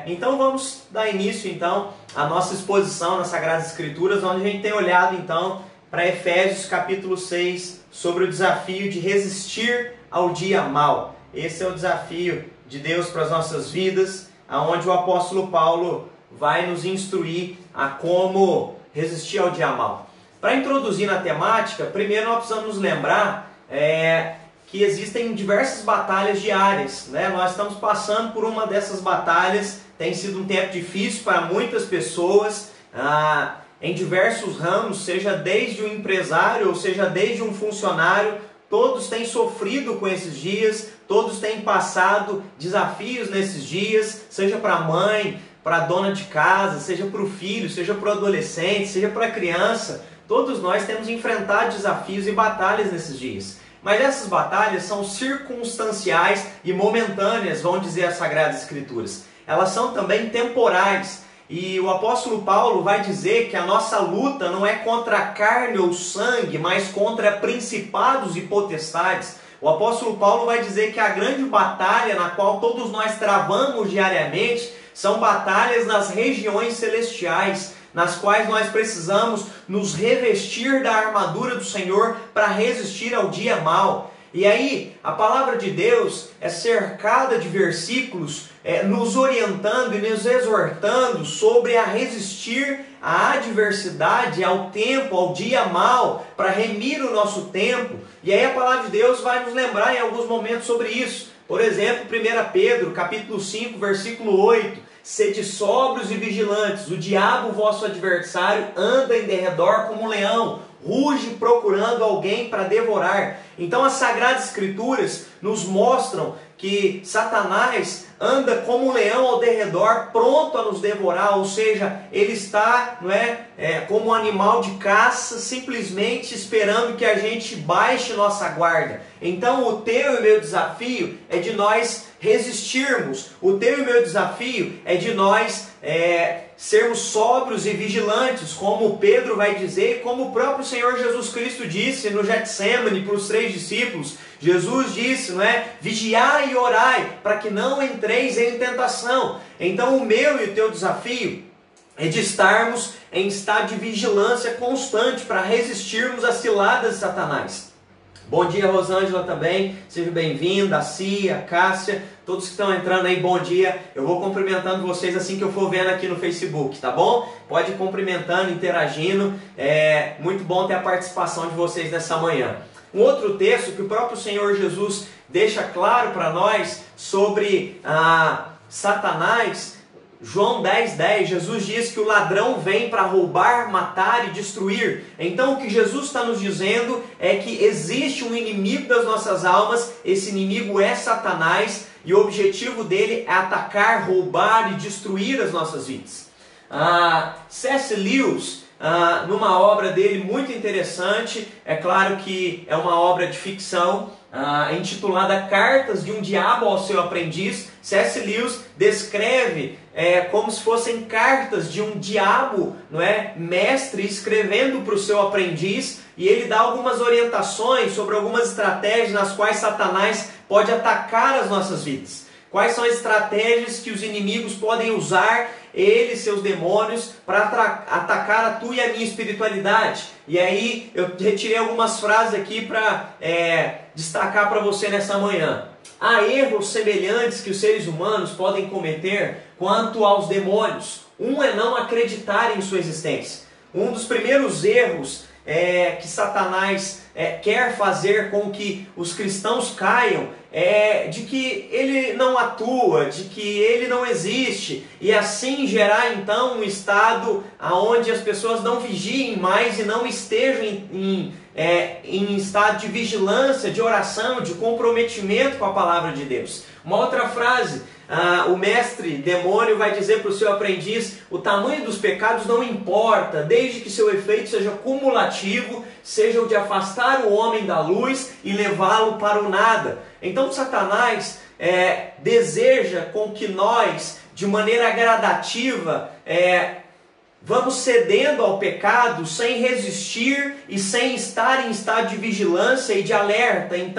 Então vamos dar início então à nossa exposição nas Sagradas Escrituras, onde a gente tem olhado então para Efésios capítulo 6 sobre o desafio de resistir ao dia mau. Esse é o desafio de Deus para as nossas vidas, aonde o apóstolo Paulo vai nos instruir a como resistir ao dia mau. Para introduzir na temática, primeiro nós precisamos nos lembrar que existem diversas batalhas diárias, né? Nós estamos passando por uma dessas batalhas, tem sido um tempo difícil para muitas pessoas, em diversos ramos, seja desde um empresário ou seja desde um funcionário, todos têm sofrido com esses dias, todos têm passado desafios nesses dias, seja para a mãe, para a dona de casa, seja para o filho, seja para o adolescente, seja para a criança. Todos nós temos enfrentado desafios e batalhas nesses dias. Mas essas batalhas são circunstanciais e momentâneas, vão dizer as Sagradas Escrituras. Elas são também temporais. E o apóstolo Paulo vai dizer que a nossa luta não é contra a carne ou sangue, mas contra principados e potestades. O apóstolo Paulo vai dizer que a grande batalha na qual todos nós travamos diariamente são batalhas nas regiões celestiais, nas quais nós precisamos nos revestir da armadura do Senhor para resistir ao dia mau. E aí, a palavra de Deus é cercada de versículos nos orientando e nos exortando sobre a resistir à adversidade, ao tempo, ao dia mau, para remir o nosso tempo. E aí a palavra de Deus vai nos lembrar em alguns momentos sobre isso. Por exemplo, 1 Pedro, capítulo 5, versículo 8. Sede sóbrios e vigilantes, o diabo, vosso adversário, anda em derredor como um leão, ruge procurando alguém para devorar. Então as Sagradas Escrituras nos mostram que Satanás anda como um leão ao derredor, pronto a nos devorar, ou seja, ele está como um animal de caça, simplesmente esperando que a gente baixe nossa guarda. Então o teu e meu desafio é de nós resistirmos, o teu e meu desafio é de nós sermos sóbrios e vigilantes, como Pedro vai dizer, como o próprio Senhor Jesus Cristo disse no Getsêmani para os 3 discípulos. Jesus disse, vigiai e orai, para que não entreis em tentação. Então o meu e o teu desafio é de estarmos em estado de vigilância constante para resistirmos às ciladas de Satanás. Bom dia, Rosângela, também, seja bem-vinda, a Cia, a Cássia, todos que estão entrando aí, bom dia. Eu vou cumprimentando vocês assim que eu for vendo aqui no Facebook, tá bom? Pode ir cumprimentando, interagindo, muito bom ter a participação de vocês nessa manhã. Um outro texto que o próprio Senhor Jesus deixa claro para nós sobre Satanás, João 10:10, Jesus diz que o ladrão vem para roubar, matar e destruir. Então o que Jesus está nos dizendo é que existe um inimigo das nossas almas, esse inimigo é Satanás, e o objetivo dele é atacar, roubar e destruir as nossas vidas. C.S. Lewis, numa obra dele muito interessante, é claro que é uma obra de ficção, intitulada Cartas de um Diabo ao Seu Aprendiz, C.S. Lewis descreve como se fossem cartas de um diabo, mestre, escrevendo para o seu aprendiz, e ele dá algumas orientações sobre algumas estratégias nas quais Satanás pode atacar as nossas vidas. Quais são as estratégias que os inimigos podem usar, ele e seus demônios, para atacar a tua e a minha espiritualidade. E aí eu retirei algumas frases aqui para destacar para você nessa manhã. Há erros semelhantes que os seres humanos podem cometer quanto aos demônios. Um é não acreditar em sua existência. Um dos primeiros erros que Satanás quer fazer com que os cristãos caiam de que ele não atua, de que ele não existe, e assim gerar então um estado onde as pessoas não vigiem mais e não estejam em estado de vigilância, de oração, de comprometimento com a palavra de Deus. Uma outra frase, o mestre demônio vai dizer para o seu aprendiz: o tamanho dos pecados não importa, desde que seu efeito seja cumulativo, seja o de afastar o homem da luz e levá-lo para o nada. Então Satanás deseja com que nós, de maneira gradativa, vamos cedendo ao pecado sem resistir e sem estar em estado de vigilância e de alerta. Então,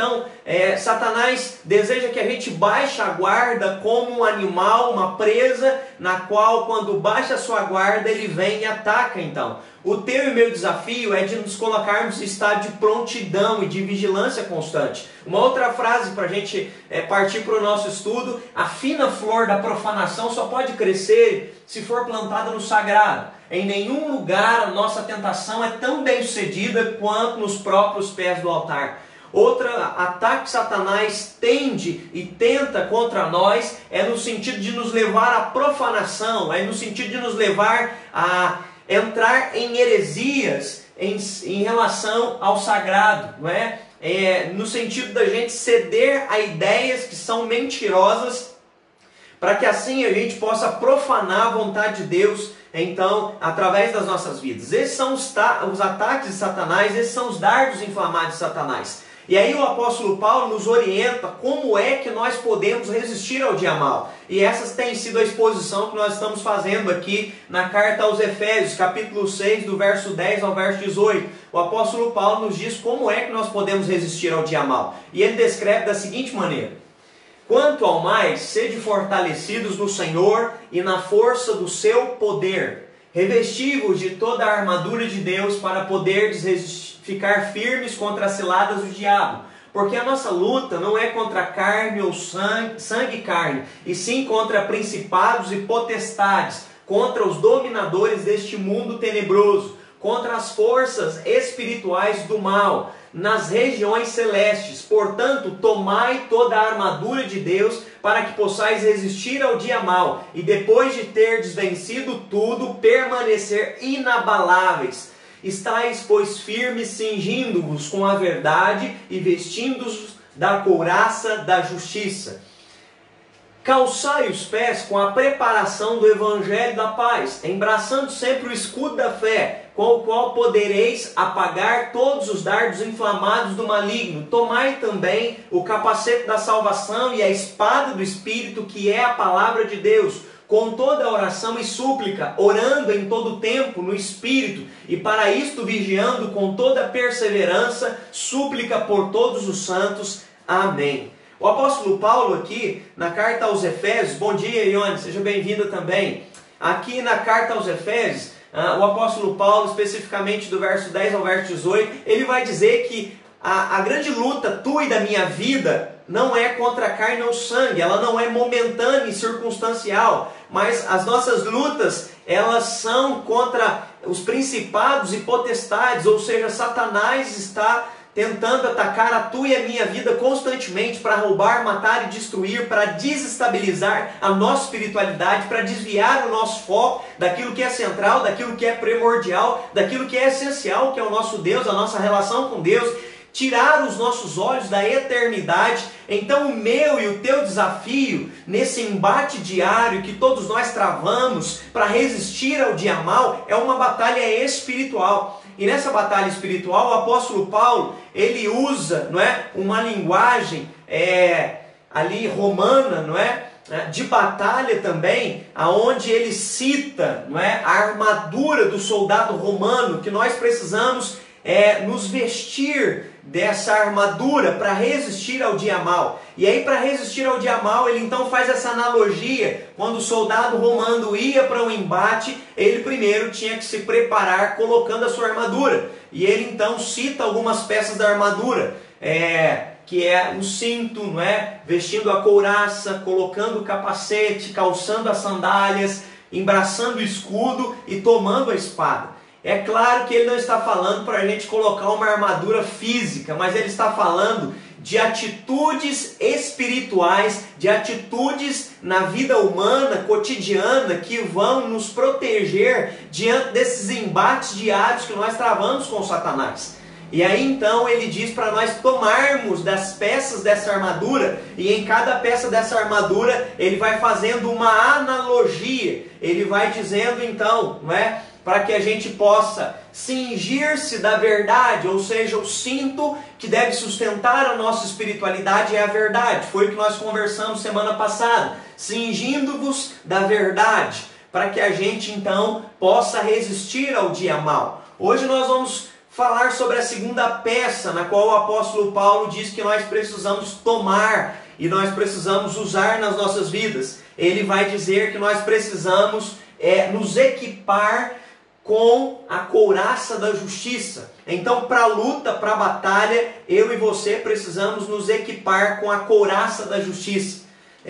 Satanás deseja que a gente baixe a guarda como um animal, uma presa, na qual quando baixa a sua guarda ele vem e ataca então. O teu e meu desafio é de nos colocarmos em estado de prontidão e de vigilância constante. Uma outra frase para a gente partir para o nosso estudo: a fina flor da profanação só pode crescer se for plantada no sagrado. Em nenhum lugar a nossa tentação é tão bem sucedida quanto nos próprios pés do altar. Outro ataque que Satanás tende e tenta contra nós é no sentido de nos levar à profanação, é no sentido de nos levar a entrar em heresias em relação ao sagrado, não é? No sentido da gente ceder a ideias que são mentirosas, para que assim a gente possa profanar a vontade de Deus, então, através das nossas vidas. Esses são os ataques de Satanás, esses são os dardos inflamados de Satanás. E aí o apóstolo Paulo nos orienta como é que nós podemos resistir ao dia mal. E essa tem sido a exposição que nós estamos fazendo aqui na carta aos Efésios, capítulo 6, do verso 10 ao verso 18. O apóstolo Paulo nos diz como é que nós podemos resistir ao dia mal. E ele descreve da seguinte maneira: quanto ao mais, sede fortalecidos no Senhor e na força do seu poder. Revesti-vos de toda a armadura de Deus para poderdes ficar firmes contra as ciladas do diabo. Porque a nossa luta não é contra carne ou sangue e carne, e sim contra principados e potestades, contra os dominadores deste mundo tenebroso, contra as forças espirituais do mal nas regiões celestes. Portanto, tomai toda a armadura de Deus para que possais resistir ao dia mau e depois de terdes vencido tudo, permanecer inabaláveis. Estais, pois, firmes, cingindo-vos com a verdade e vestindo-vos da couraça da justiça. Calçai os pés com a preparação do evangelho da paz, embraçando sempre o escudo da fé, com o qual podereis apagar todos os dardos inflamados do maligno. Tomai também o capacete da salvação e a espada do Espírito, que é a palavra de Deus, com toda a oração e súplica, orando em todo tempo no Espírito, e para isto vigiando com toda perseverança, súplica por todos os santos. Amém. O apóstolo Paulo aqui, na carta aos Efésios, bom dia Ione, seja bem-vinda também. Aqui na carta aos Efésios, o apóstolo Paulo, especificamente do verso 10 ao verso 18, ele vai dizer que a grande luta tua e da minha vida não é contra a carne ou sangue, ela não é momentânea e circunstancial, mas as nossas lutas, elas são contra os principados e potestades, ou seja, Satanás está tentando atacar a tua e a minha vida constantemente para roubar, matar e destruir, para desestabilizar a nossa espiritualidade, para desviar o nosso foco daquilo que é central, daquilo que é primordial, daquilo que é essencial, que é o nosso Deus, a nossa relação com Deus, tirar os nossos olhos da eternidade. Então o meu e o teu desafio nesse embate diário que todos nós travamos para resistir ao dia mal é uma batalha espiritual. E nessa batalha espiritual o apóstolo Paulo, ele usa, não é, uma linguagem ali romana, não é, de batalha também, aonde ele cita, não é, a armadura do soldado romano, que nós precisamos nos vestir dessa armadura para resistir ao dia mal. E aí, para resistir ao dia mal, ele então faz essa analogia: quando o soldado romano ia para um embate, ele primeiro tinha que se preparar colocando a sua armadura. E ele então cita algumas peças da armadura, que é o cinto, não é? Vestindo a couraça, colocando o capacete, calçando as sandálias, embraçando o escudo e tomando a espada. É claro que ele não está falando para a gente colocar uma armadura física, mas ele está falando de atitudes espirituais, de atitudes na vida humana, cotidiana, que vão nos proteger diante desses embates diários que nós travamos com Satanás. E aí então ele diz para nós tomarmos das peças dessa armadura, e em cada peça dessa armadura ele vai fazendo uma analogia, ele vai dizendo então, não é? Para que a gente possa cingir-se da verdade, ou seja, o cinto que deve sustentar a nossa espiritualidade é a verdade. Foi o que nós conversamos semana passada. Cingindo-vos da verdade, para que a gente então possa resistir ao dia mau. Hoje nós vamos falar sobre a segunda peça, na qual o apóstolo Paulo diz que nós precisamos tomar e nós precisamos usar nas nossas vidas. Ele vai dizer que nós precisamos nos equipar com a couraça da justiça. Então, para a luta, para a batalha, eu e você precisamos nos equipar com a couraça da justiça.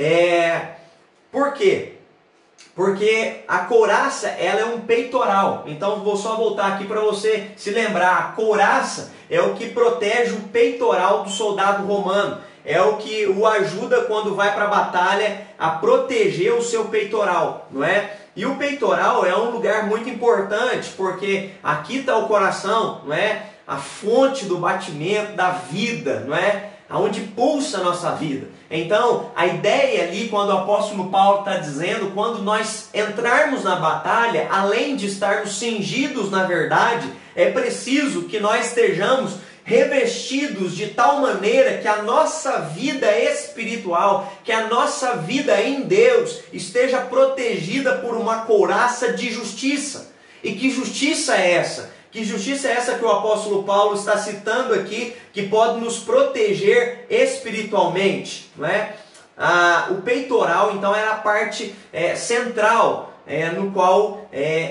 Por quê? Porque a couraça, ela é um peitoral. Então, vou só voltar aqui para você se lembrar. A couraça é o que protege o peitoral do soldado romano. É o que o ajuda quando vai para a batalha a proteger o seu peitoral, não é? E o peitoral é um lugar muito importante, porque aqui está o coração, não é? A fonte do batimento da vida, não é? Aonde pulsa a nossa vida. Então, a ideia ali, quando o apóstolo Paulo está dizendo, quando nós entrarmos na batalha, além de estarmos cingidos na verdade, é preciso que nós estejamos revestidos de tal maneira que a nossa vida espiritual, que a nossa vida em Deus esteja protegida por uma couraça de justiça. E que justiça é essa? Que justiça é essa que o apóstolo Paulo está citando aqui, que pode nos proteger espiritualmente, não é? O peitoral, então, é a parte central, no qual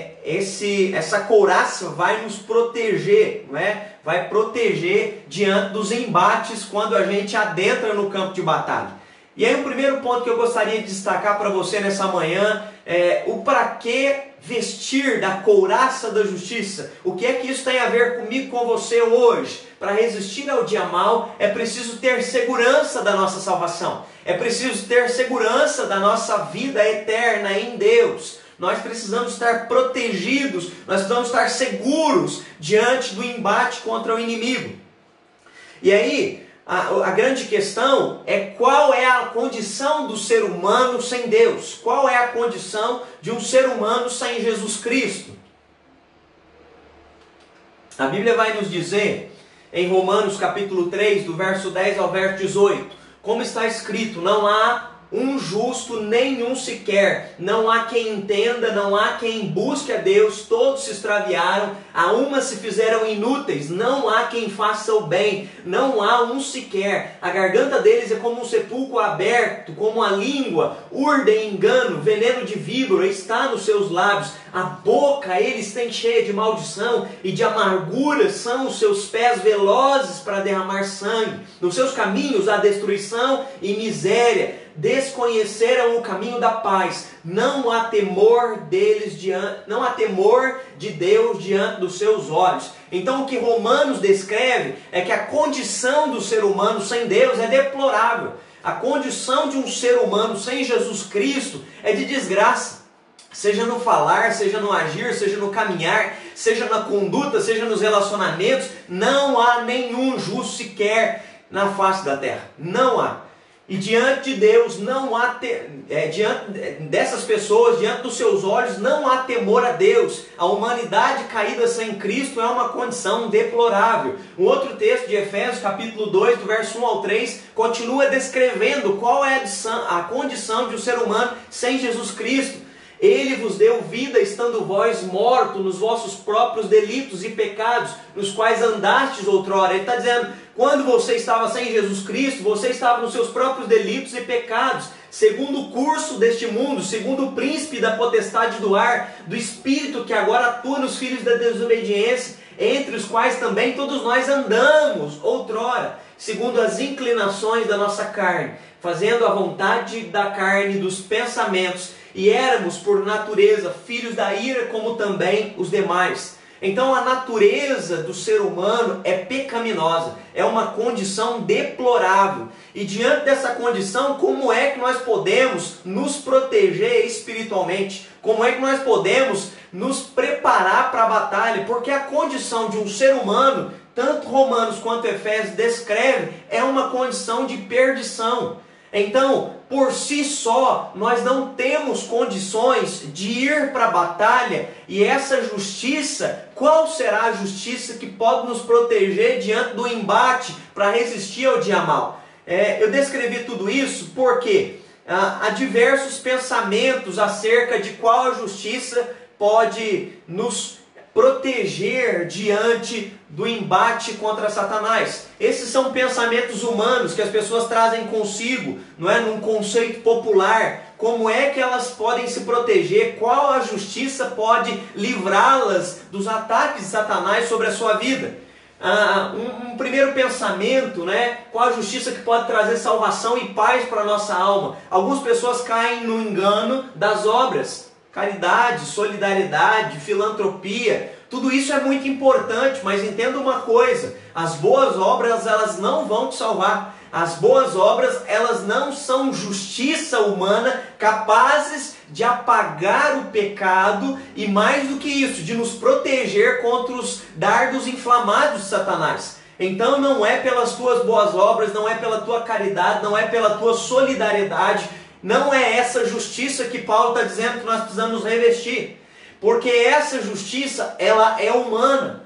essa couraça vai nos proteger, não é? Vai proteger diante dos embates quando a gente adentra no campo de batalha. E aí o primeiro ponto que eu gostaria de destacar para você nessa manhã é o para que vestir da couraça da justiça. O que é que isso tem a ver comigo, com você hoje? Para resistir ao dia mau é preciso ter segurança da nossa salvação. É preciso ter segurança da nossa vida eterna em Deus. Nós precisamos estar protegidos, nós precisamos estar seguros diante do embate contra o inimigo. E aí, a grande questão é qual é a condição do ser humano sem Deus? Qual é a condição de um ser humano sem Jesus Cristo? A Bíblia vai nos dizer, em Romanos capítulo 3, do verso 10 ao verso 18, como está escrito, não há um justo nenhum sequer, não há quem entenda, não há quem busque a Deus, todos se extraviaram, a uma se fizeram inúteis, não há quem faça o bem, não há um sequer, a garganta deles é como um sepulcro aberto, como a língua, urdem engano, veneno de víbora está nos seus lábios, a boca eles têm cheia de maldição e de amargura são os seus pés velozes para derramar sangue, nos seus caminhos há destruição e miséria, desconheceram o caminho da paz, não há temor não há temor de Deus diante dos seus olhos. Então o que Romanos descreve é que a condição do ser humano sem Deus é deplorável. A condição de um ser humano sem Jesus Cristo é de desgraça. Seja no falar, seja no agir, seja no caminhar, seja na conduta, seja nos relacionamentos, não há nenhum justo sequer na face da terra. Não há. E diante de Deus, não há diante dessas pessoas, diante dos seus olhos, não há temor a Deus. A humanidade caída sem Cristo é uma condição deplorável. Um outro texto de Efésios, capítulo 2, do verso 1 ao 3, continua descrevendo qual é a condição de um ser humano sem Jesus Cristo. Ele vos deu vida, estando vós mortos nos vossos próprios delitos e pecados, nos quais andastes outrora. Ele está dizendo, quando você estava sem Jesus Cristo, você estava nos seus próprios delitos e pecados, segundo o curso deste mundo, segundo o príncipe da potestade do ar, do espírito que agora atua nos filhos da desobediência, entre os quais também todos nós andamos outrora, segundo as inclinações da nossa carne, fazendo a vontade da carne e dos pensamentos, e éramos por natureza filhos da ira como também os demais. Então a natureza do ser humano é pecaminosa, é uma condição deplorável. E diante dessa condição, como é que nós podemos nos proteger espiritualmente? Como é que nós podemos nos preparar para a batalha? Porque a condição de um ser humano, tanto Romanos quanto Efésios descreve, é uma condição de perdição. Então, por si só, nós não temos condições de ir para a batalha, e essa justiça, qual será a justiça que pode nos proteger diante do embate para resistir ao dia mau? Eu descrevi tudo isso porque há diversos pensamentos acerca de qual a justiça pode nos proteger diante do embate contra Satanás. Esses são pensamentos humanos que as pessoas trazem consigo, não é, num conceito popular. Como é que elas podem se proteger? Qual a justiça pode livrá-las dos ataques de Satanás sobre a sua vida? Um primeiro pensamento, né? Qual a justiça que pode trazer salvação e paz para a nossa alma? Algumas pessoas caem no engano das obras. Caridade, solidariedade, filantropia, tudo isso é muito importante, mas entenda uma coisa: as boas obras, elas não vão te salvar. As boas obras, elas não são justiça humana capazes de apagar o pecado e, mais do que isso, de nos proteger contra os dardos inflamados de Satanás. Então não é pelas tuas boas obras, não é pela tua caridade, não é pela tua solidariedade, não é essa justiça que Paulo está dizendo que nós precisamos nos revestir. Porque essa justiça, ela é humana.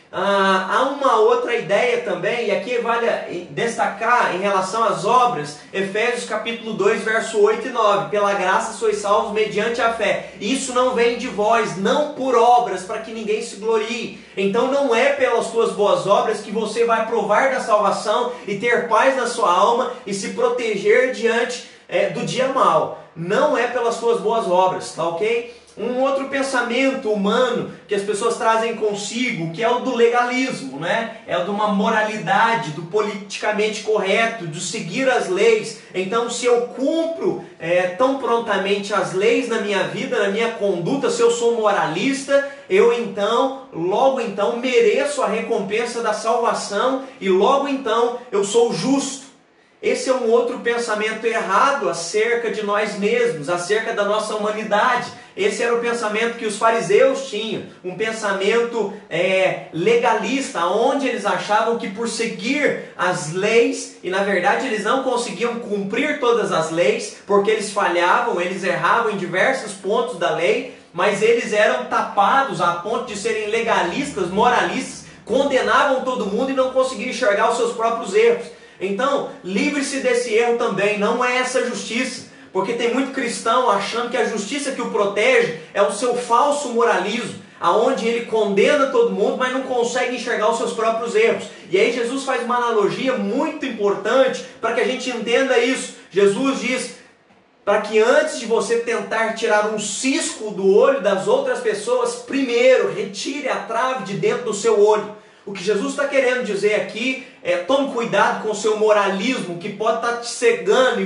Há uma outra ideia também, e aqui vale destacar em relação às obras, Efésios capítulo 2, verso 8 e 9. Pela graça sois salvos mediante a fé. Isso não vem de vós, não por obras, para que ninguém se glorie. Então não é pelas tuas boas obras que você vai provar da salvação e ter paz na sua alma e se proteger diante do dia mau. Não é pelas tuas boas obras, tá ok? Um outro pensamento humano que as pessoas trazem consigo, que é o do legalismo, né? É o de uma moralidade, do politicamente correto, de seguir as leis. Então, se eu cumpro tão prontamente as leis na minha vida, na minha conduta, se eu sou moralista, eu logo então mereço a recompensa da salvação e logo então eu sou justo. Esse é um outro pensamento errado acerca de nós mesmos, acerca da nossa humanidade. Esse era o pensamento que os fariseus tinham, um pensamento legalista, onde eles achavam que por seguir as leis, e na verdade eles não conseguiam cumprir todas as leis, porque eles falhavam, eles erravam em diversos pontos da lei, mas eles eram tapados a ponto de serem legalistas, moralistas, condenavam todo mundo e não conseguiam enxergar os seus próprios erros. Então, livre-se desse erro também, não é essa justiça, porque tem muito cristão achando que a justiça que o protege é o seu falso moralismo, aonde ele condena todo mundo, mas não consegue enxergar os seus próprios erros. E aí Jesus faz uma analogia muito importante para que a gente entenda isso. Jesus diz para que antes de você tentar tirar um cisco do olho das outras pessoas, primeiro retire a trave de dentro do seu olho. O que Jesus está querendo dizer aqui é: tome cuidado com o seu moralismo, que pode estar te cegando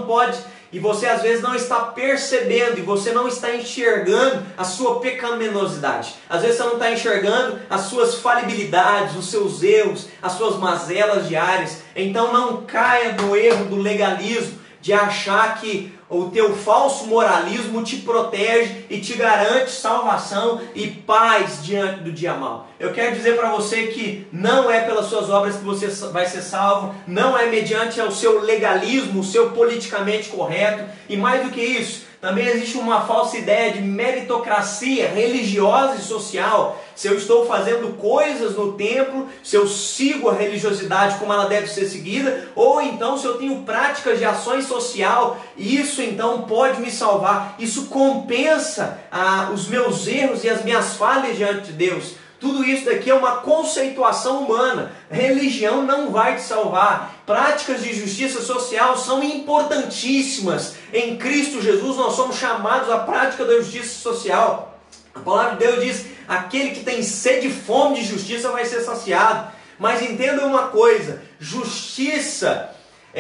e você às vezes não está percebendo, e você não está enxergando a sua pecaminosidade. Às vezes você não está enxergando as suas falibilidades, os seus erros, as suas mazelas diárias. Então não caia no erro do legalismo, de achar que o teu falso moralismo te protege e te garante salvação e paz diante do dia mau. Eu quero dizer para você que não é pelas suas obras que você vai ser salvo, não é mediante o seu legalismo, o seu politicamente correto, e mais do que isso, também existe uma falsa ideia de meritocracia religiosa e social. Se eu estou fazendo coisas no templo, se eu sigo a religiosidade como ela deve ser seguida, ou então se eu tenho práticas de ações social, isso então pode me salvar. Isso compensa os meus erros e as minhas falhas diante de Deus. Tudo isso daqui é uma conceituação humana. Religião não vai te salvar. Práticas de justiça social são importantíssimas. Em Cristo Jesus nós somos chamados à prática da justiça social. A palavra de Deus diz: aquele que tem sede e fome de justiça vai ser saciado. Mas entenda uma coisa: justiça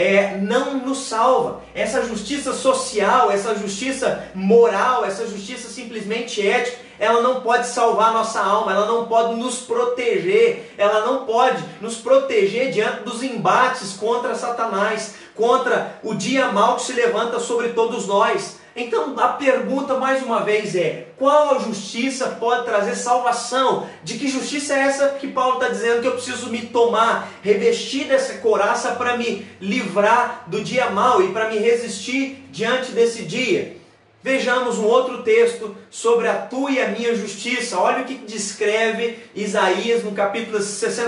não nos salva. Essa justiça social, essa justiça moral, essa justiça simplesmente ética, ela não pode salvar a nossa alma, ela não pode nos proteger, ela não pode nos proteger diante dos embates contra Satanás, contra o dia mau que se levanta sobre todos nós. Então a pergunta mais uma vez é: qual a justiça pode trazer salvação? De que justiça é essa que Paulo está dizendo que eu preciso me tomar, revestir dessa couraça para me livrar do dia mau e para me resistir diante desse dia? Vejamos um outro texto sobre a tua e a minha justiça. Olha o que descreve Isaías no capítulo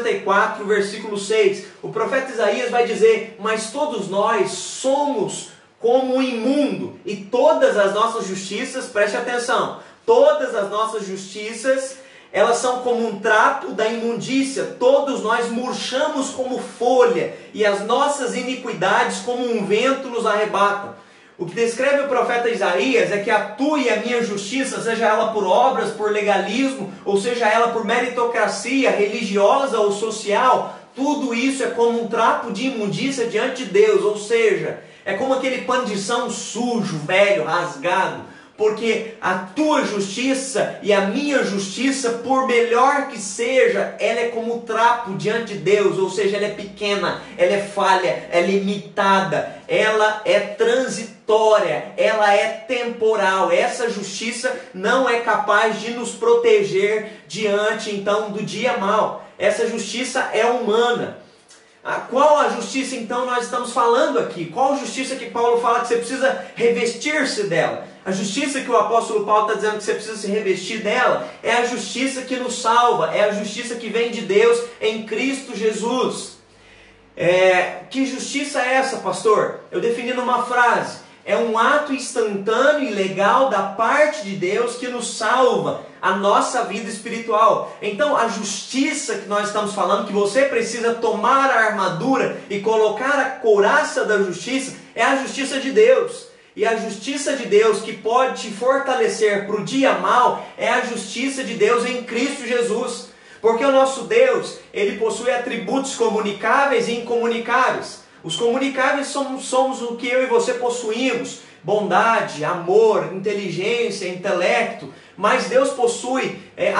64, versículo 6. O profeta Isaías vai dizer: mas todos nós somos como um imundo, e todas as nossas justiças, preste atenção, todas as nossas justiças elas são como um trapo da imundícia, todos nós murchamos como folha, e as nossas iniquidades como um vento nos arrebatam. O que descreve o profeta Isaías é que a tua e a minha justiça, seja ela por obras, por legalismo, ou seja ela por meritocracia religiosa ou social, tudo isso é como um trapo de imundícia diante de Deus, ou seja, é como aquele pano de chão sujo, velho, rasgado, porque a tua justiça e a minha justiça, por melhor que seja, ela é como trapo diante de Deus, ou seja, ela é pequena, ela é falha, é limitada, ela é transitória, ela é temporal. Essa justiça não é capaz de nos proteger diante então do dia mau. Essa justiça é humana. Qual a justiça então nós estamos falando aqui? Qual justiça que Paulo fala que você precisa revestir-se dela? A justiça que o apóstolo Paulo está dizendo que você precisa se revestir dela é a justiça que nos salva, é a justiça que vem de Deus em Cristo Jesus. Que justiça é essa, pastor? Eu defini numa frase: é um ato instantâneo e legal da parte de Deus que nos salva a nossa vida espiritual. Então a justiça que nós estamos falando, que você precisa tomar a armadura e colocar a couraça da justiça, é a justiça de Deus. E a justiça de Deus que pode te fortalecer para o dia mau é a justiça de Deus em Cristo Jesus. Porque o nosso Deus, Ele possui atributos comunicáveis e incomunicáveis. Os comunicáveis somos o que eu e você possuímos: bondade, amor, inteligência, intelecto. Mas Deus possui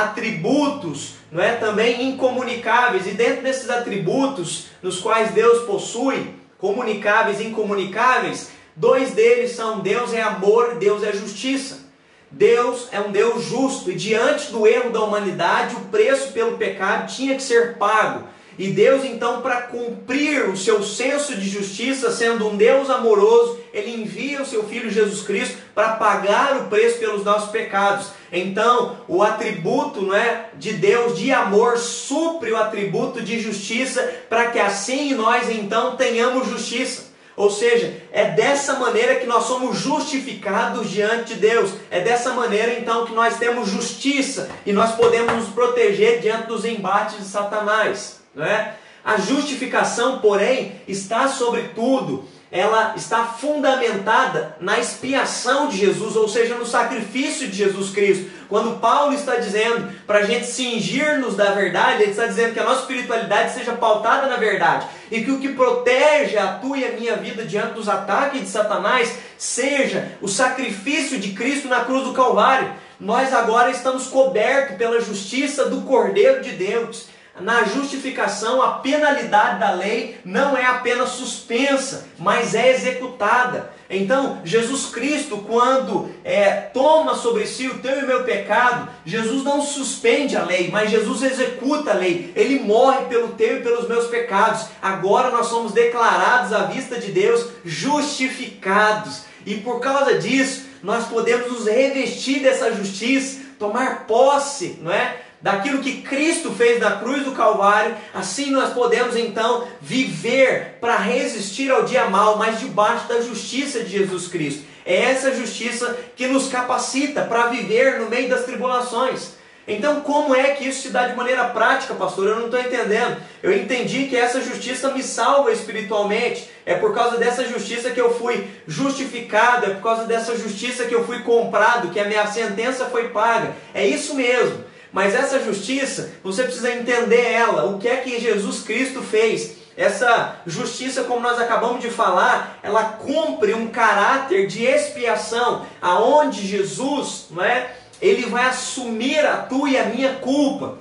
atributos, não é, também incomunicáveis. E dentro desses atributos, nos quais Deus possui, comunicáveis e incomunicáveis, dois deles são: Deus é amor, Deus é justiça. Deus é um Deus justo, e diante do erro da humanidade, o preço pelo pecado tinha que ser pago. E Deus então, para cumprir o seu senso de justiça, sendo um Deus amoroso, Ele envia o seu Filho Jesus Cristo para pagar o preço pelos nossos pecados. Então, o atributo, não é, de Deus de amor supre o atributo de justiça, para que assim nós então tenhamos justiça. Ou seja, é dessa maneira que nós somos justificados diante de Deus. É dessa maneira então que nós temos justiça e nós podemos nos proteger diante dos embates de Satanás. Não é? A justificação, porém, está sobretudo, ela está fundamentada na expiação de Jesus, ou seja, no sacrifício de Jesus Cristo. Quando Paulo está dizendo para a gente cingir-nos da verdade, ele está dizendo que a nossa espiritualidade seja pautada na verdade, e que o que protege a tua e a minha vida diante dos ataques de Satanás seja o sacrifício de Cristo na cruz do Calvário. Nós agora estamos cobertos pela justiça do Cordeiro de Deus. Na justificação, a penalidade da lei não é apenas suspensa, mas é executada. Então, Jesus Cristo, quando toma sobre si o teu e o meu pecado, Jesus não suspende a lei, mas Jesus executa a lei. Ele morre pelo teu e pelos meus pecados. Agora nós somos declarados à vista de Deus justificados. E por causa disso, nós podemos nos revestir dessa justiça, tomar posse, não é, daquilo que Cristo fez na cruz do Calvário. Assim nós podemos então viver para resistir ao dia mau, mas debaixo da justiça de Jesus Cristo. É essa justiça que nos capacita para viver no meio das tribulações. Então, como é que isso se dá de maneira prática, pastor? Eu não estou entendendo. Eu entendi que essa justiça me salva espiritualmente. É por causa dessa justiça que eu fui justificado, é por causa dessa justiça que eu fui comprado, que a minha sentença foi paga. É isso mesmo. Mas essa justiça, você precisa entender ela, o que é que Jesus Cristo fez. Essa justiça, como nós acabamos de falar, ela cumpre um caráter de expiação, aonde Jesus, não é, Ele vai assumir a tua e a minha culpa.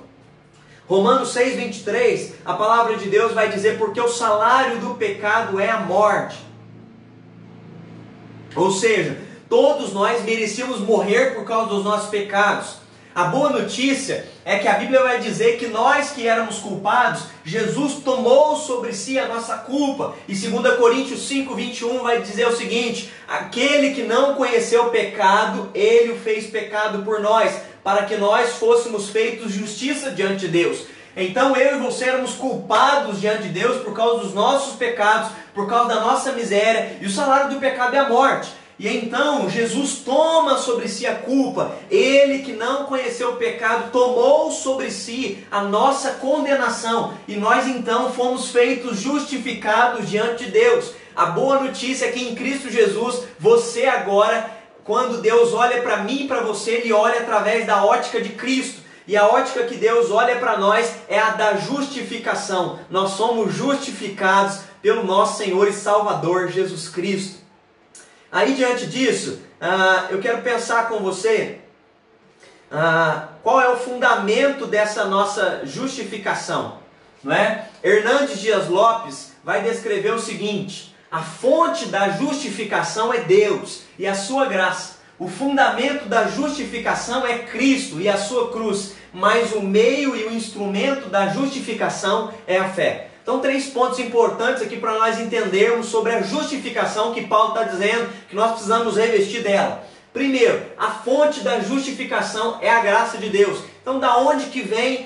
Romanos 6:23, a palavra de Deus vai dizer: porque o salário do pecado é a morte. Ou seja, todos nós merecíamos morrer por causa dos nossos pecados. A boa notícia é que a Bíblia vai dizer que nós que éramos culpados, Jesus tomou sobre si a nossa culpa. E 2 Coríntios 5:21 vai dizer o seguinte: aquele que não conheceu o pecado, Ele o fez pecado por nós, para que nós fôssemos feitos justiça diante de Deus. Então eu e você éramos culpados diante de Deus por causa dos nossos pecados, por causa da nossa miséria, e o salário do pecado é a morte. E então Jesus toma sobre si a culpa. Ele que não conheceu o pecado tomou sobre si a nossa condenação. E nós então fomos feitos justificados diante de Deus. A boa notícia é que em Cristo Jesus, você agora, quando Deus olha para mim e para você, Ele olha através da ótica de Cristo. E a ótica que Deus olha para nós é a da justificação. Nós somos justificados pelo nosso Senhor e Salvador Jesus Cristo. Aí diante disso, eu quero pensar com você qual é o fundamento dessa nossa justificação, não é? Hernandes Dias Lopes vai descrever o seguinte: a fonte da justificação é Deus e a sua graça. O fundamento da justificação é Cristo e a sua cruz, mas o meio e o instrumento da justificação é a fé. Então, 3 pontos importantes aqui para nós entendermos sobre a justificação que Paulo está dizendo que nós precisamos revestir dela. Primeiro, a fonte da justificação é a graça de Deus. Então, da onde que vem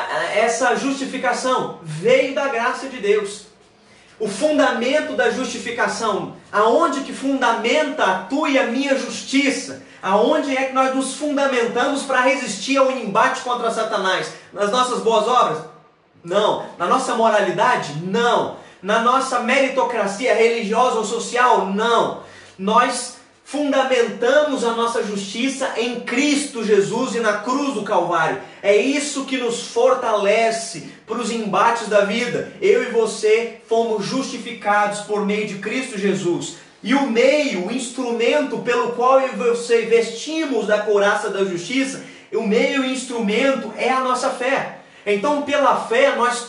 essa justificação? Veio da graça de Deus. O fundamento da justificação, aonde que fundamenta a tua e a minha justiça? Aonde é que nós nos fundamentamos para resistir ao embate contra Satanás? Nas nossas boas obras? Não. Na nossa moralidade? Não. Na nossa meritocracia religiosa ou social? Não. Nós fundamentamos a nossa justiça em Cristo Jesus e na cruz do Calvário. É isso que nos fortalece para os embates da vida. Eu e você fomos justificados por meio de Cristo Jesus. E o meio, o instrumento pelo qual eu e você vestimos da couraça da justiça, o meio e o instrumento é a nossa fé. Então, pela fé, nós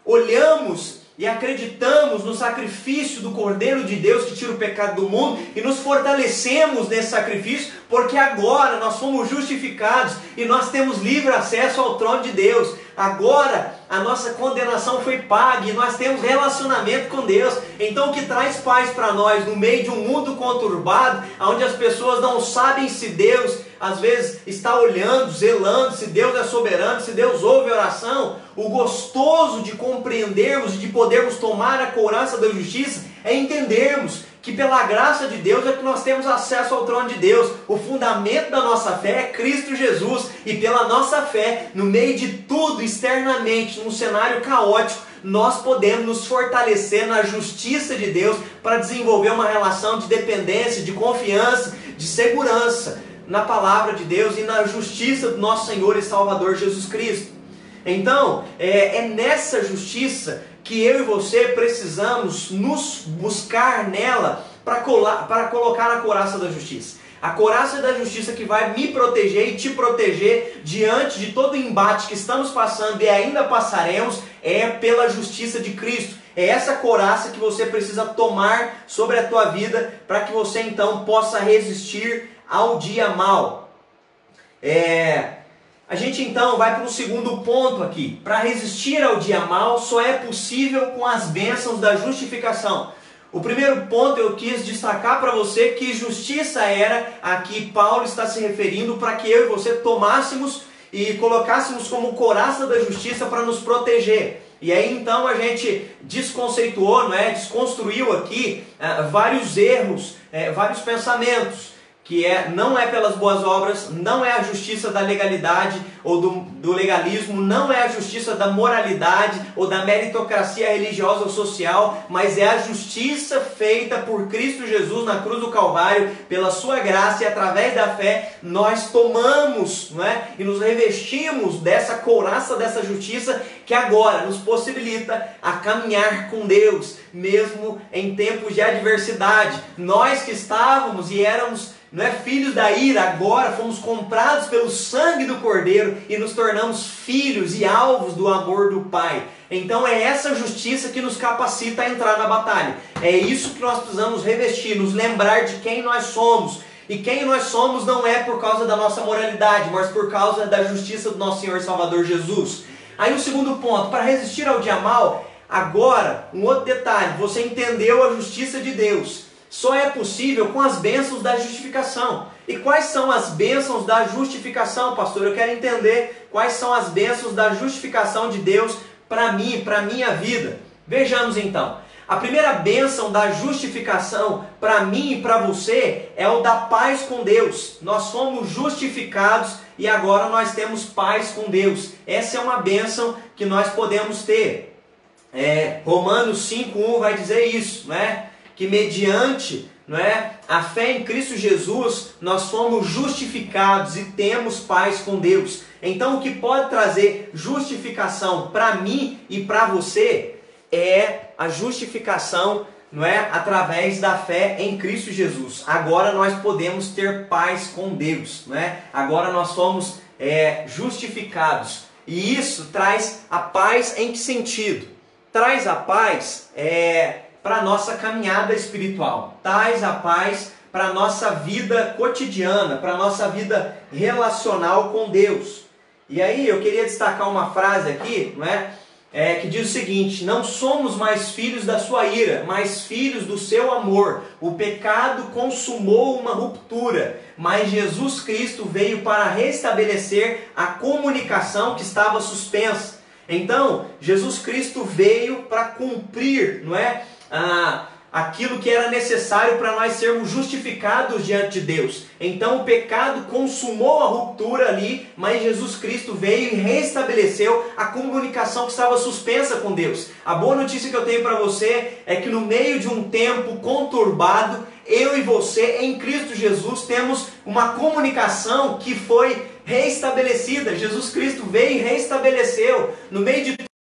olhamos e acreditamos no sacrifício do Cordeiro de Deus que tira o pecado do mundo e nos fortalecemos nesse sacrifício, porque agora nós fomos justificados e nós temos livre acesso ao trono de Deus. Agora a nossa condenação foi paga e nós temos relacionamento com Deus. Então, o que traz paz para nós no meio de um mundo conturbado, onde as pessoas não sabem se Deus às vezes está olhando, zelando, se Deus é soberano, se Deus ouve a oração, o gostoso de compreendermos e de podermos tomar a couraça da justiça é entendermos que pela graça de Deus é que nós temos acesso ao trono de Deus. O fundamento da nossa fé é Cristo Jesus, e pela nossa fé, no meio de tudo externamente, num cenário caótico, nós podemos nos fortalecer na justiça de Deus para desenvolver uma relação de dependência, de confiança, de segurança na palavra de Deus e na justiça do nosso Senhor e Salvador Jesus Cristo. Então, é nessa justiça que eu e você precisamos nos buscar nela para colocar a couraça da justiça. A couraça da justiça que vai me proteger e te proteger diante de todo o embate que estamos passando e ainda passaremos é pela justiça de Cristo. É essa couraça que você precisa tomar sobre a tua vida para que você então possa resistir ao dia mau. A gente então vai para o segundo ponto aqui. Para resistir ao dia mau só é possível com as bênçãos da justificação. O primeiro ponto eu quis destacar para você que justiça era a que Paulo está se referindo para que eu e você tomássemos e colocássemos como couraça da justiça para nos proteger. E aí então a gente desconceituou, desconstruiu aqui vários erros, vários pensamentos. Que não é pelas boas obras, não é a justiça da legalidade ou do legalismo, não é a justiça da moralidade ou da meritocracia religiosa ou social, mas é a justiça feita por Cristo Jesus na cruz do Calvário, pela sua graça, e através da fé nós tomamos e nos revestimos dessa couraça, dessa justiça que agora nos possibilita a caminhar com Deus, mesmo em tempos de adversidade. Nós que estávamos e éramos filhos da ira, agora fomos comprados pelo sangue do Cordeiro e nos tornamos filhos e alvos do amor do Pai. Então é essa justiça que nos capacita a entrar na batalha. É isso que nós precisamos revestir, nos lembrar de quem nós somos. E quem nós somos não é por causa da nossa moralidade, mas por causa da justiça do nosso Senhor e Salvador Jesus. Aí o segundo ponto, para resistir ao dia mau, agora, um outro detalhe, você entendeu a justiça de Deus. Só é possível com as bênçãos da justificação. E quais são as bênçãos da justificação, pastor? Eu quero entender quais são as bênçãos da justificação de Deus para mim, para a minha vida. Vejamos então. A primeira bênção da justificação para mim e para você é o da paz com Deus. Nós fomos justificados e agora nós temos paz com Deus. Essa é uma bênção que nós podemos ter. Romanos 5:1 vai dizer isso, né? Que mediante, a fé em Cristo Jesus, nós fomos justificados e temos paz com Deus. Então o que pode trazer justificação para mim e para você é a justificação, através da fé em Cristo Jesus. Agora nós podemos ter paz com Deus, Agora nós somos justificados. E isso traz a paz em que sentido? Traz a paz para a nossa caminhada espiritual. Traz a paz para a nossa vida cotidiana, para a nossa vida relacional com Deus. E aí eu queria destacar uma frase aqui, que diz o seguinte: não somos mais filhos da sua ira, mas filhos do seu amor. O pecado consumou uma ruptura, mas Jesus Cristo veio para restabelecer a comunicação que estava suspensa. Então, Jesus Cristo veio para cumprir, aquilo que era necessário para nós sermos justificados diante de Deus. Então o pecado consumou a ruptura ali, mas Jesus Cristo veio e restabeleceu a comunicação que estava suspensa com Deus. A boa notícia que eu tenho para você é que no meio de um tempo conturbado, eu e você em Cristo Jesus temos uma comunicação que foi restabelecida. Jesus Cristo veio e restabeleceu. No meio de tudo,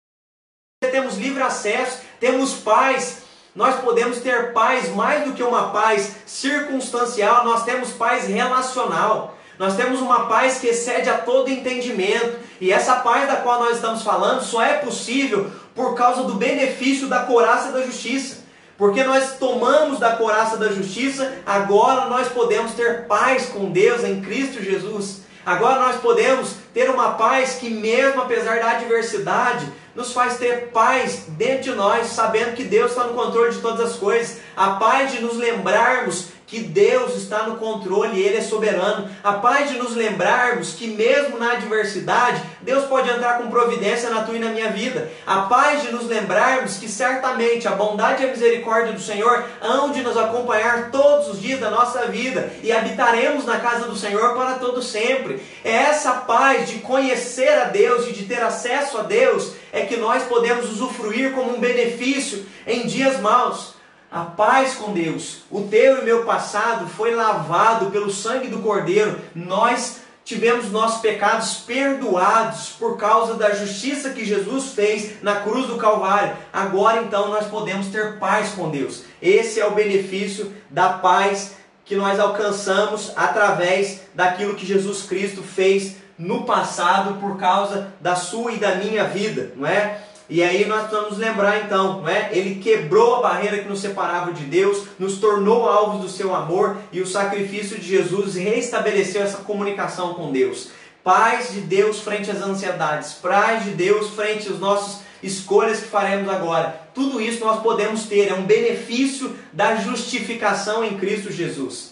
temos livre acesso, temos paz. Nós podemos ter paz mais do que uma paz circunstancial, nós temos paz relacional. Nós temos uma paz que excede a todo entendimento. E essa paz da qual nós estamos falando só é possível por causa do benefício da couraça da justiça. Porque nós tomamos da couraça da justiça, agora nós podemos ter paz com Deus em Cristo Jesus. Agora nós podemos ter uma paz que, mesmo apesar da adversidade, nos faz ter paz dentro de nós, sabendo que Deus está no controle de todas as coisas. A paz de nos lembrarmos que Deus está no controle e Ele é soberano. A paz de nos lembrarmos que mesmo na adversidade, Deus pode entrar com providência na tua e na minha vida. A paz de nos lembrarmos que certamente a bondade e a misericórdia do Senhor hão de nos acompanhar todos os dias da nossa vida e habitaremos na casa do Senhor para todo sempre. É essa paz de conhecer a Deus e de ter acesso a Deus é que nós podemos usufruir como um benefício em dias maus. A paz com Deus. O teu e meu passado foi lavado pelo sangue do Cordeiro. Nós tivemos nossos pecados perdoados por causa da justiça que Jesus fez na cruz do Calvário. Agora então nós podemos ter paz com Deus. Esse é o benefício da paz que nós alcançamos através daquilo que Jesus Cristo fez no passado por causa da sua e da minha vida, não é? E aí nós precisamos lembrar então, Ele quebrou a barreira que nos separava de Deus, nos tornou alvos do seu amor e o sacrifício de Jesus restabeleceu essa comunicação com Deus. Paz de Deus frente às ansiedades, paz de Deus frente às nossas escolhas que faremos agora. Tudo isso nós podemos ter, é um benefício da justificação em Cristo Jesus.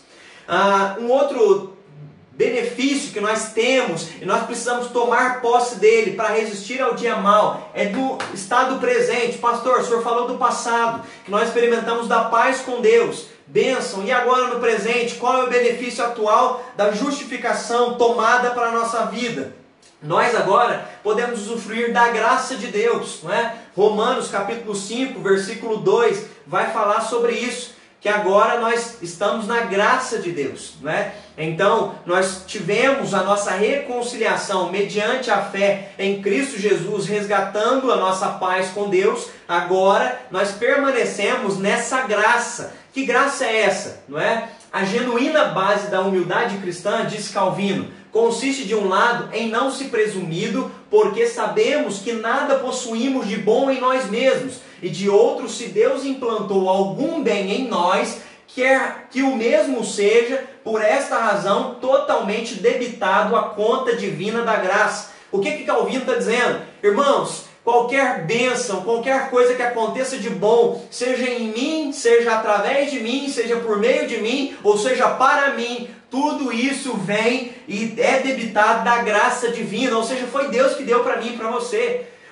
Um outro benefício que nós temos e nós precisamos tomar posse dele para resistir ao dia mau é do estado presente. Pastor, o senhor falou do passado, que nós experimentamos da paz com Deus, bênção, e agora no presente, qual é o benefício atual da justificação tomada para a nossa vida? Nós agora podemos usufruir da graça de Deus, Romanos capítulo 5, versículo 2 vai falar sobre isso, que agora nós estamos na graça de Deus, Então, nós tivemos a nossa reconciliação mediante a fé em Cristo Jesus, resgatando a nossa paz com Deus. Agora, nós permanecemos nessa graça. Que graça é essa, A genuína base da humildade cristã, diz Calvino, consiste de um lado em não se presumido, porque sabemos que nada possuímos de bom em nós mesmos, e de outro, se Deus implantou algum bem em nós, quer que o mesmo seja, por esta razão, totalmente debitado à conta divina da graça. O que Calvino está dizendo? Irmãos, qualquer bênção, qualquer coisa que aconteça de bom, seja em mim, seja através de mim, seja por meio de mim, ou seja para mim, tudo isso vem e é debitado da graça divina, ou seja, foi Deus que deu para mim e para você.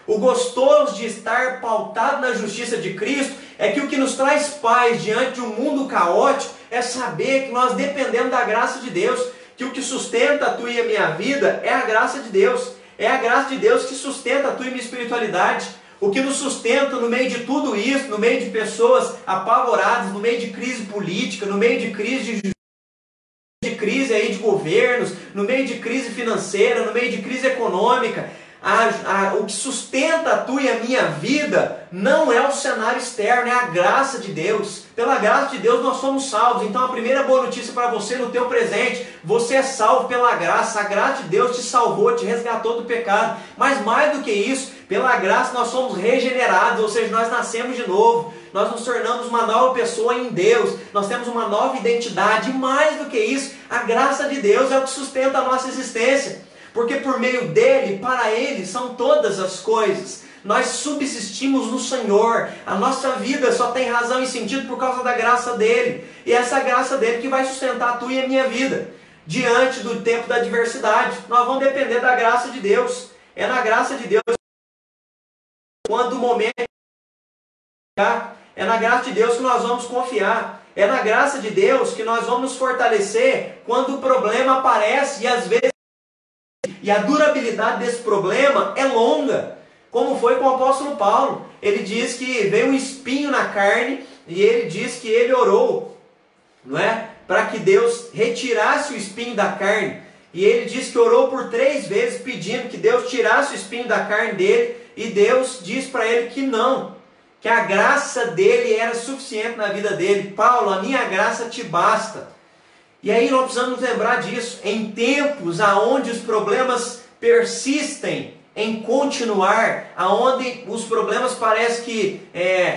O gostoso de estar pautado na justiça de Cristo é que o que nos traz paz diante de um mundo caótico é saber que nós dependemos da graça de Deus, que o que sustenta a tua e a minha vida é a graça de Deus. É a graça de Deus que sustenta a tua e minha espiritualidade. O que nos sustenta no meio de tudo isso, no meio de pessoas apavoradas, no meio de crise política, no meio de crise aí de governos, no meio de crise financeira, no meio de crise econômica, o que sustenta a tua e a minha vida não é o cenário externo, é a graça de Deus. Pela graça de Deus nós somos salvos. Então a primeira boa notícia para você no teu presente: você é salvo pela graça. A graça de Deus te salvou, te resgatou do pecado. Mas mais do que isso, pela graça nós somos regenerados, ou seja, nós nascemos de novo. Nós nos tornamos uma nova pessoa em Deus. Nós temos uma nova identidade. E mais do que isso, a graça de Deus é o que sustenta a nossa existência. Porque por meio dele, para ele, são todas as coisas. Nós subsistimos no Senhor. A nossa vida só tem razão e sentido por causa da graça dele. E essa graça dele que vai sustentar a tua e a minha vida. Diante do tempo da adversidade, nós vamos depender da graça de Deus. É na graça de Deus quando o momento é na graça de Deus que nós vamos confiar. É na graça de Deus que nós vamos nos fortalecer quando o problema aparece e às vezes e a durabilidade desse problema é longa, como foi com o apóstolo Paulo. Ele diz que veio um espinho na carne e ele diz que ele orou, não é? Para que Deus retirasse o espinho da carne. E ele diz que orou por 3 vezes pedindo que Deus tirasse o espinho da carne dele, e Deus diz para ele que não, que a graça dele era suficiente na vida dele. Paulo, a minha graça te basta. E aí nós precisamos lembrar disso. Em tempos onde os problemas persistem em continuar, onde os problemas parecem que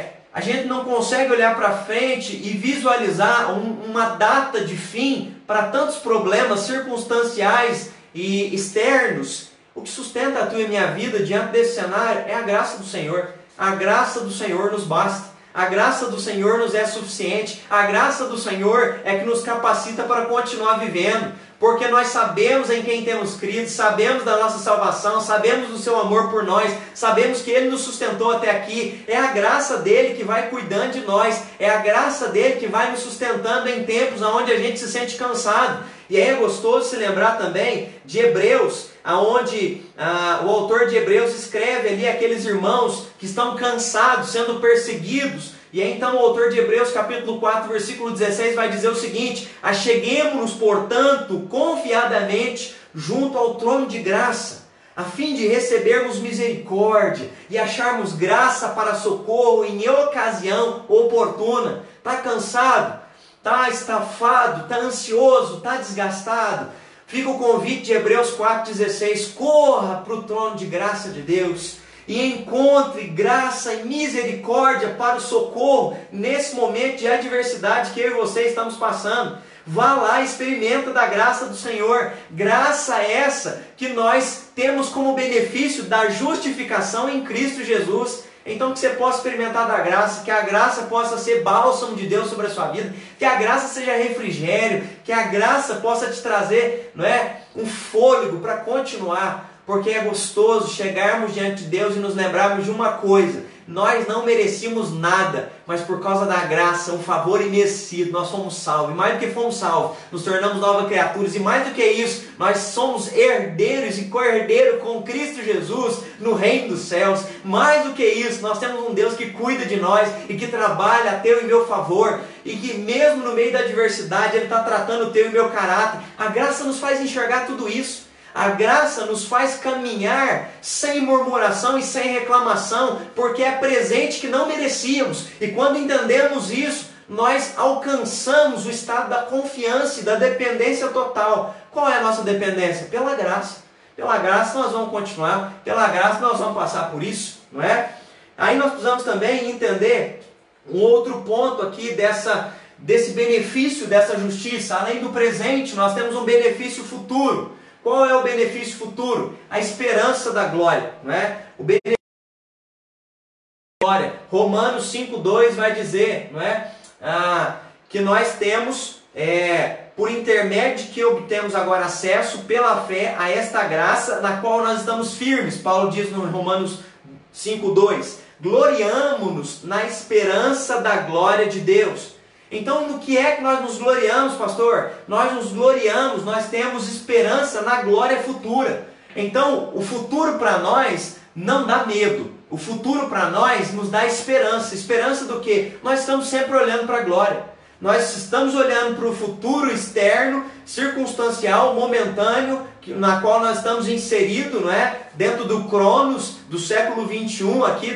a gente não consegue olhar para frente e visualizar uma data de fim para tantos problemas circunstanciais e externos, o que sustenta a tua e a minha vida diante desse cenário é a graça do Senhor. A graça do Senhor nos basta. A graça do Senhor nos é suficiente. A graça do Senhor é que nos capacita para continuar vivendo. Porque nós sabemos em quem temos crido, sabemos da nossa salvação, sabemos do seu amor por nós, sabemos que Ele nos sustentou até aqui. É a graça dEle que vai cuidando de nós. É a graça dEle que vai nos sustentando em tempos onde a gente se sente cansado. E aí é gostoso se lembrar também de Hebreus, onde o autor de Hebreus escreve ali aqueles irmãos que estão cansados, sendo perseguidos. E aí então o autor de Hebreus capítulo 4, versículo 16 vai dizer o seguinte: acheguemo-nos, portanto, confiadamente junto ao trono de graça, a fim de recebermos misericórdia e acharmos graça para socorro em ocasião oportuna. Está cansado? Está estafado? Está ansioso? Está desgastado? Fica o convite de Hebreus 4,16, corra para o trono de graça de Deus e encontre graça e misericórdia para o socorro nesse momento de adversidade que eu e você estamos passando. Vá lá e experimenta da graça do Senhor. Graça essa que nós temos como benefício da justificação em Cristo Jesus. Então que você possa experimentar da graça, que a graça possa ser bálsamo de Deus sobre a sua vida, que a graça seja refrigério, que a graça possa te trazer, não é, um fôlego para continuar, porque é gostoso chegarmos diante de Deus e nos lembrarmos de uma coisa: nós não merecíamos nada, mas por causa da graça, um favor imerecido, nós fomos salvos. E mais do que fomos salvos, nos tornamos novas criaturas. E mais do que isso, nós somos herdeiros e co-herdeiros com Cristo Jesus no reino dos céus. Mais do que isso, nós temos um Deus que cuida de nós e que trabalha a teu e meu favor. E que mesmo no meio da adversidade, Ele está tratando o teu e meu caráter. A graça nos faz enxergar tudo isso. A graça nos faz caminhar sem murmuração e sem reclamação, porque é presente que não merecíamos. E quando entendemos isso, nós alcançamos o estado da confiança e da dependência total. Qual é a nossa dependência? Pela graça. Pela graça nós vamos continuar, pela graça nós vamos passar por isso, não é? Aí nós precisamos também entender um outro ponto aqui desse benefício dessa justiça. Além do presente, nós temos um benefício futuro. Qual é o benefício futuro? A esperança da glória, não é? O benefício da glória. Romanos 5,2 vai dizer, não é? Que nós temos, por intermédio de que obtemos agora acesso pela fé a esta graça na qual nós estamos firmes. Paulo diz no Romanos 5:2. Gloriamo-nos na esperança da glória de Deus. Então, no que é que nós nos gloriamos, pastor? Nós nos gloriamos, nós temos esperança na glória futura. Então, o futuro para nós não dá medo. O futuro para nós nos dá esperança. Esperança do quê? Nós estamos sempre olhando para a glória. Nós estamos olhando para o futuro externo, circunstancial, momentâneo, na qual nós estamos inseridos, não é? Dentro do Cronos do século 21, aqui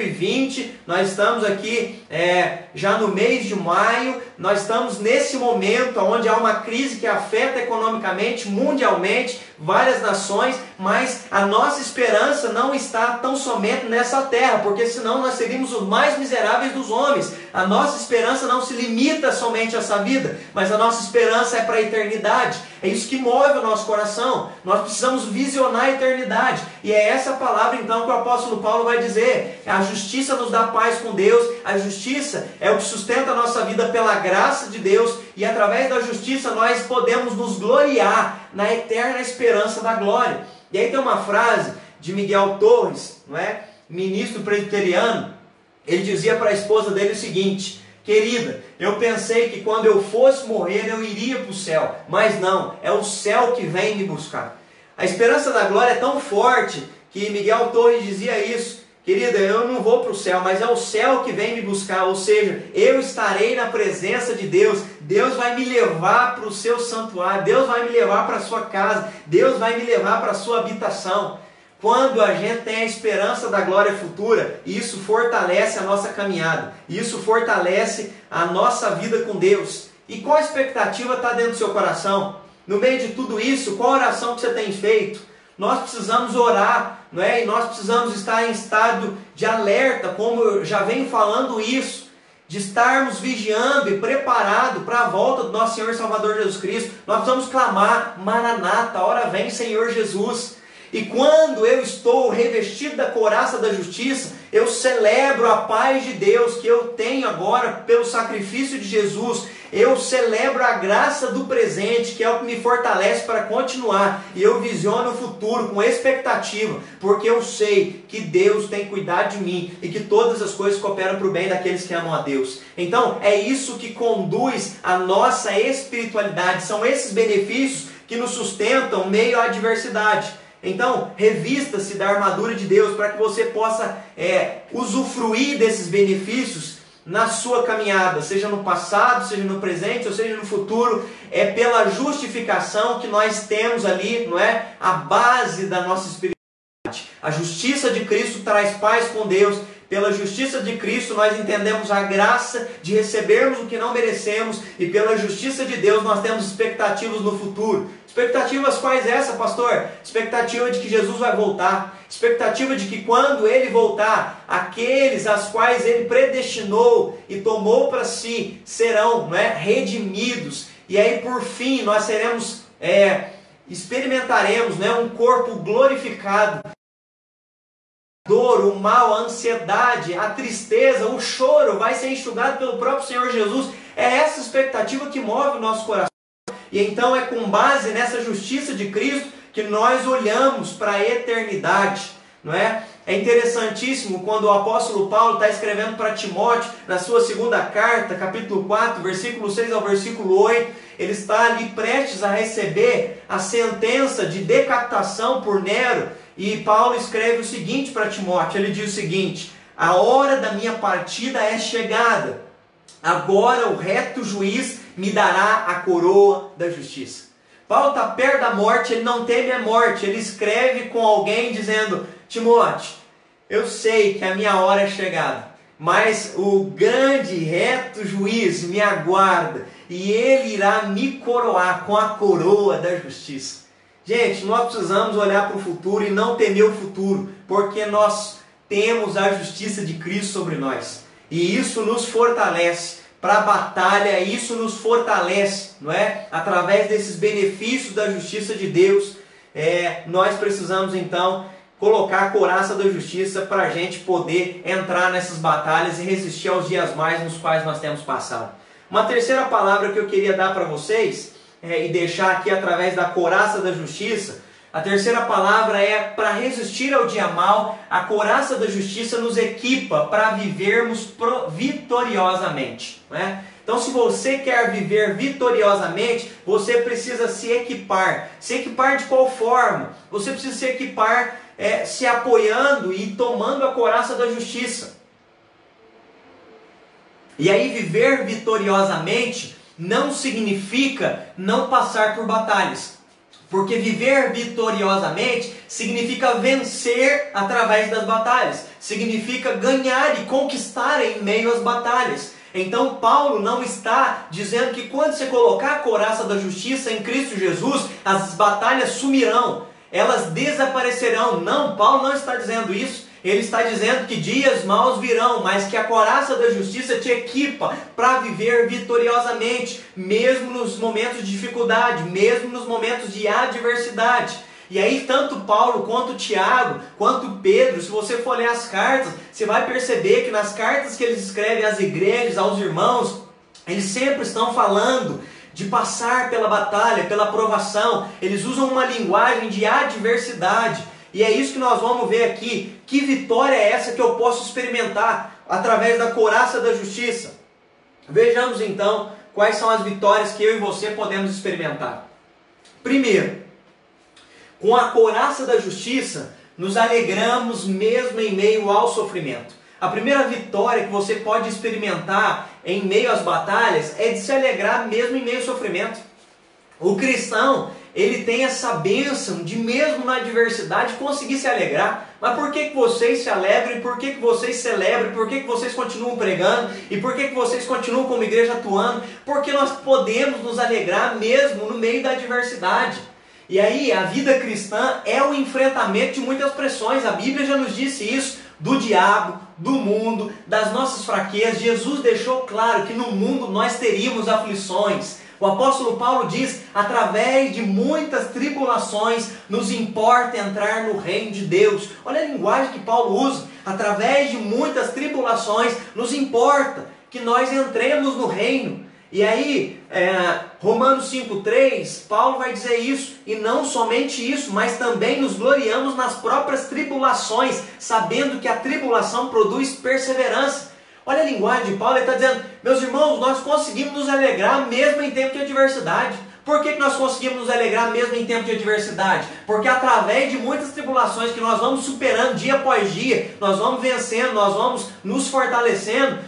2020, nós estamos aqui já no mês de maio, nós estamos nesse momento onde há uma crise que afeta economicamente, mundialmente, várias nações, mas a nossa esperança não está tão somente nessa terra, porque senão nós seríamos os mais miseráveis dos homens. A nossa esperança não se limita somente a essa vida, mas a nossa esperança é para a eternidade. É isso que move o nosso coração. Nós precisamos visionar a eternidade. E é essa palavra então que o apóstolo Paulo vai dizer. A justiça nos dá paz com Deus. A justiça é o que sustenta a nossa vida pela graça de Deus. E através da justiça nós podemos nos gloriar na eterna esperança da glória. E aí tem uma frase de Miguel Torres, não é? Ministro presbiteriano. Ele dizia para a esposa dele o seguinte: querida, eu pensei que quando eu fosse morrer eu iria para o céu, mas não, é o céu que vem me buscar. A esperança da glória é tão forte que Miguel Torres dizia isso: querida, eu não vou para o céu, mas é o céu que vem me buscar, ou seja, eu estarei na presença de Deus, Deus vai me levar para o seu santuário, Deus vai me levar para a sua casa, Deus vai me levar para a sua habitação. Quando a gente tem a esperança da glória futura, isso fortalece a nossa caminhada, isso fortalece a nossa vida com Deus. E qual expectativa está dentro do seu coração? No meio de tudo isso, qual oração que você tem feito? Nós precisamos orar, não é? E nós precisamos estar em estado de alerta, como eu já venho falando isso, de estarmos vigiando e preparados para a volta do nosso Senhor e Salvador Jesus Cristo. Nós precisamos clamar: Maranata, hora vem, Senhor Jesus. E quando eu estou revestido da couraça da justiça, eu celebro a paz de Deus que eu tenho agora pelo sacrifício de Jesus. Eu celebro a graça do presente, que é o que me fortalece para continuar. E eu visiono o futuro com expectativa, porque eu sei que Deus tem cuidado de mim e que todas as coisas cooperam para o bem daqueles que amam a Deus. Então, é isso que conduz a nossa espiritualidade. São esses benefícios que nos sustentam meio à adversidade. Então, revista-se da armadura de Deus para que você possa usufruir desses benefícios na sua caminhada, seja no passado, seja no presente, ou seja no futuro. É pela justificação que nós temos ali, não é? A base da nossa espiritualidade. A justiça de Cristo traz paz com Deus. Pela justiça de Cristo nós entendemos a graça de recebermos o que não merecemos, e pela justiça de Deus nós temos expectativas no futuro. Expectativas quais essa, pastor? Expectativa de que Jesus vai voltar. Expectativa de que quando Ele voltar, aqueles aos quais Ele predestinou e tomou para si serão, não é, redimidos. E aí por fim nós seremos, experimentaremos, né, um corpo glorificado. Dor, o mal, a ansiedade, a tristeza, o choro vai ser enxugado pelo próprio Senhor Jesus. É essa expectativa que move o nosso coração. E então é com base nessa justiça de Cristo que nós olhamos para a eternidade, não é? É interessantíssimo quando o apóstolo Paulo está escrevendo para Timóteo, na sua segunda carta, capítulo 4, versículo 6 ao versículo 8, ele está ali prestes a receber a sentença de decapitação por Nero. E Paulo escreve o seguinte para Timóteo, ele diz o seguinte: a hora da minha partida é chegada, agora o reto juiz me dará a coroa da justiça. Paulo está perto da morte, ele não teme a morte, ele escreve com alguém dizendo: Timóteo, eu sei que a minha hora é chegada, mas o grande reto juiz me aguarda e ele irá me coroar com a coroa da justiça. Gente, nós precisamos olhar para o futuro e não temer o futuro, porque nós temos a justiça de Cristo sobre nós. E isso nos fortalece para a batalha, isso nos fortalece, não é? Através desses benefícios da justiça de Deus, nós precisamos então colocar a couraça da justiça para a gente poder entrar nessas batalhas e resistir aos dias mais nos quais nós temos passado. Uma terceira palavra que eu queria dar para vocês, e deixar aqui através da couraça da justiça, A terceira palavra é para resistir ao dia mal, a couraça da justiça nos equipa para vivermos vitoriosamente. Né? Então, se você quer viver vitoriosamente, você precisa se equipar. Se equipar de qual forma? Você precisa se equipar se apoiando e tomando a couraça da justiça. E aí, viver vitoriosamente não significa não passar por batalhas. Porque viver vitoriosamente significa vencer através das batalhas. Significa ganhar e conquistar em meio às batalhas. Então Paulo não está dizendo que quando você colocar a couraça da justiça em Cristo Jesus, as batalhas sumirão, elas desaparecerão. Não, Paulo não está dizendo isso. Ele está dizendo que dias maus virão, mas que a couraça da justiça te equipa para viver vitoriosamente, mesmo nos momentos de dificuldade, mesmo nos momentos de adversidade. E aí tanto Paulo, quanto Tiago, quanto Pedro, se você for ler as cartas, você vai perceber que nas cartas que eles escrevem às igrejas, aos irmãos, eles sempre estão falando de passar pela batalha, pela provação. Eles usam uma linguagem de adversidade. E é isso que nós vamos ver aqui. Que vitória é essa que eu posso experimentar através da couraça da justiça? Vejamos então quais são as vitórias que eu e você podemos experimentar. Primeiro, com a couraça da justiça, nos alegramos mesmo em meio ao sofrimento. A primeira vitória que você pode experimentar em meio às batalhas é de se alegrar mesmo em meio ao sofrimento. O cristão, ele tem essa bênção de mesmo na adversidade conseguir se alegrar. Mas por que vocês se alegram? E por que vocês celebram? E por que vocês continuam pregando? E por que vocês continuam como igreja atuando? Porque nós podemos nos alegrar mesmo no meio da adversidade. E aí a vida cristã é o enfrentamento de muitas pressões. A Bíblia já nos disse isso, do diabo, do mundo, das nossas fraquezas. Jesus deixou claro que no mundo nós teríamos aflições. O apóstolo Paulo diz, através de muitas tribulações, nos importa entrar no reino de Deus. Olha a linguagem que Paulo usa. Através de muitas tribulações, nos importa que nós entremos no reino. E aí, Romanos 5,3, Paulo vai dizer isso. E não somente isso, mas também nos gloriamos nas próprias tribulações, sabendo que a tribulação produz perseverança. Olha a linguagem de Paulo, ele está dizendo, meus irmãos, nós conseguimos nos alegrar mesmo em tempo de adversidade. Por que nós conseguimos nos alegrar mesmo em tempo de adversidade? Porque através de muitas tribulações que nós vamos superando dia após dia, nós vamos vencendo, nós vamos nos fortalecendo,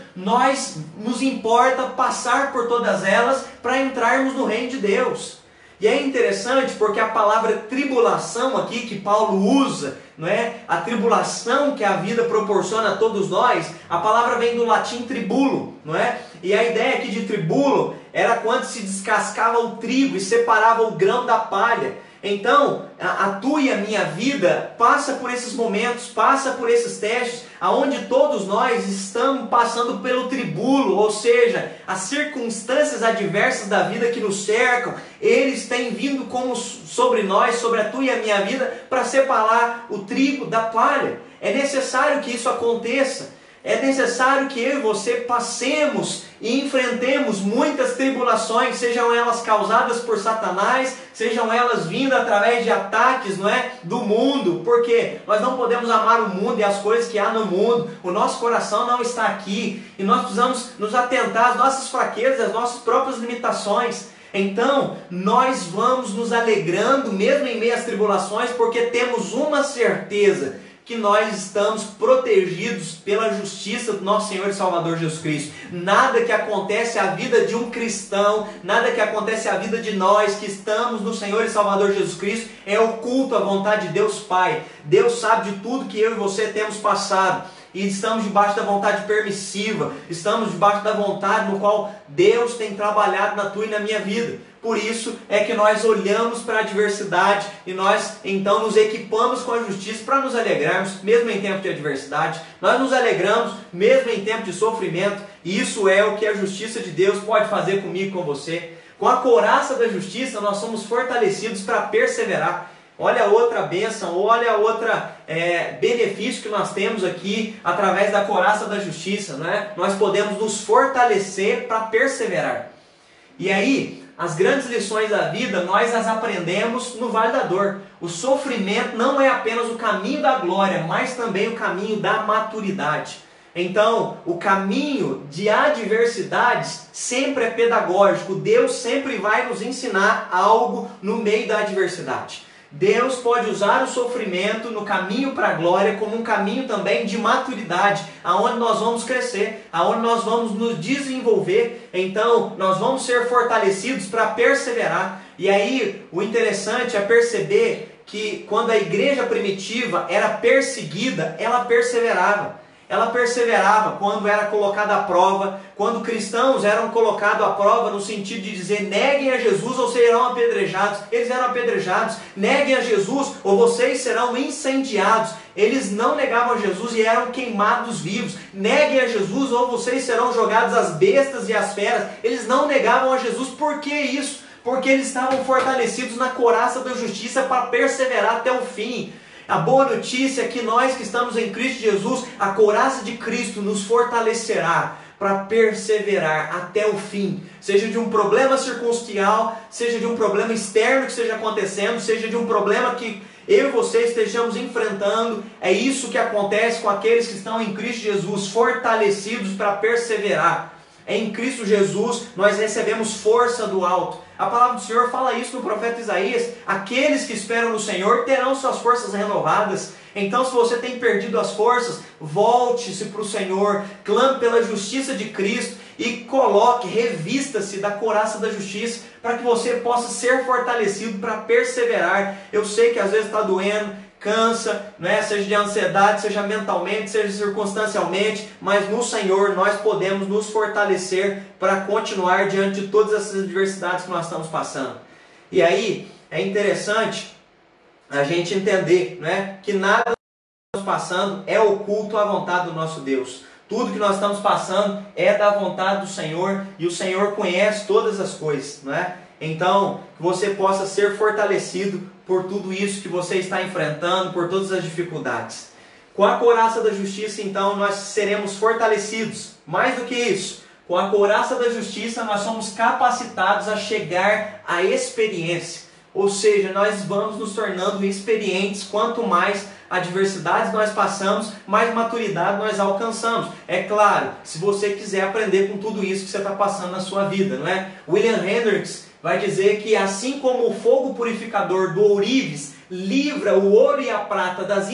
nos importa passar por todas elas para entrarmos no reino de Deus. E é interessante porque a palavra tribulação aqui que Paulo usa, não é? A tribulação que a vida proporciona a todos nós, a palavra vem do latim tribulo, não é? E a ideia aqui de tribulo era quando se descascava o trigo e separava o grão da palha. Então, a tua e a minha vida passa por esses momentos, passa por esses testes, aonde todos nós estamos passando pelo tribulo, ou seja, as circunstâncias adversas da vida que nos cercam, eles têm vindo como sobre nós, sobre a tua e a minha vida, para separar o trigo da palha. É necessário que isso aconteça. É necessário que eu e você passemos e enfrentemos muitas tribulações, sejam elas causadas por Satanás, sejam elas vindas através de ataques, não é, do mundo, porque nós não podemos amar o mundo e as coisas que há no mundo. O nosso coração não está aqui e nós precisamos nos atentar às nossas fraquezas, às nossas próprias limitações. Então, nós vamos nos alegrando mesmo em meio às tribulações, porque temos uma certeza, que nós estamos protegidos pela justiça do nosso Senhor e Salvador Jesus Cristo. Nada que acontece à vida de um cristão, nada que acontece à vida de nós que estamos no Senhor e Salvador Jesus Cristo é oculto à vontade de Deus Pai. Deus sabe de tudo que eu e você temos passado. E estamos debaixo da vontade permissiva, estamos debaixo da vontade no qual Deus tem trabalhado na tua e na minha vida. Por isso é que nós olhamos para a adversidade e nós então nos equipamos com a justiça para nos alegrarmos, mesmo em tempo de adversidade. Nós nos alegramos mesmo em tempo de sofrimento. E isso é o que a justiça de Deus pode fazer comigo e com você. Com a couraça da justiça nós somos fortalecidos para perseverar. Olha outra bênção, olha outra benefício que nós temos aqui através da couraça da justiça, né? Nós podemos nos fortalecer para perseverar. E aí, as grandes lições da vida, nós as aprendemos no vale da dor. O sofrimento não é apenas o caminho da glória, mas também o caminho da maturidade. Então, o caminho de adversidades sempre é pedagógico. Deus sempre vai nos ensinar algo no meio da adversidade. Deus pode usar o sofrimento no caminho para a glória como um caminho também de maturidade, aonde nós vamos crescer, aonde nós vamos nos desenvolver. Então, nós vamos ser fortalecidos para perseverar. E aí, o interessante é perceber que quando a igreja primitiva era perseguida, ela perseverava. Ela perseverava quando era colocada à prova, quando cristãos eram colocados à prova no sentido de dizer: neguem a Jesus ou serão apedrejados. Eles eram apedrejados. Neguem a Jesus ou vocês serão incendiados. Eles não negavam a Jesus e eram queimados vivos. Neguem a Jesus ou vocês serão jogados às bestas e às feras. Eles não negavam a Jesus. Por que isso? Porque eles estavam fortalecidos na couraça da justiça para perseverar até o fim. A boa notícia é que nós que estamos em Cristo Jesus, a couraça de Cristo nos fortalecerá para perseverar até o fim. Seja de um problema circunstancial, seja de um problema externo que esteja acontecendo, seja de um problema que eu e você estejamos enfrentando. É isso que acontece com aqueles que estão em Cristo Jesus, fortalecidos para perseverar. Em Cristo Jesus nós recebemos força do alto. A palavra do Senhor fala isso no profeta Isaías: aqueles que esperam no Senhor terão suas forças renovadas. Então, se você tem perdido as forças, volte-se para o Senhor, clame pela justiça de Cristo e coloque, revista-se da couraça da justiça, para que você possa ser fortalecido para perseverar. Eu sei que às vezes está doendo, cansa, né? Seja de ansiedade, seja mentalmente, seja circunstancialmente, mas no Senhor nós podemos nos fortalecer para continuar diante de todas essas adversidades que nós estamos passando. E aí é interessante a gente entender, né, que nada que nós estamos passando é oculto à vontade do nosso Deus. Tudo que nós estamos passando é da vontade do Senhor e o Senhor conhece todas as coisas, não é? Então, que você possa ser fortalecido por tudo isso que você está enfrentando, por todas as dificuldades. Com a couraça da justiça, então, nós seremos fortalecidos. Mais do que isso, com a couraça da justiça, nós somos capacitados a chegar à experiência. Ou seja, nós vamos nos tornando experientes. Quanto mais adversidades nós passamos, mais maturidade nós alcançamos. É claro, se você quiser aprender com tudo isso que você está passando na sua vida, não é? William Hendricks vai dizer que assim como o fogo purificador do ourives livra o ouro e a prata das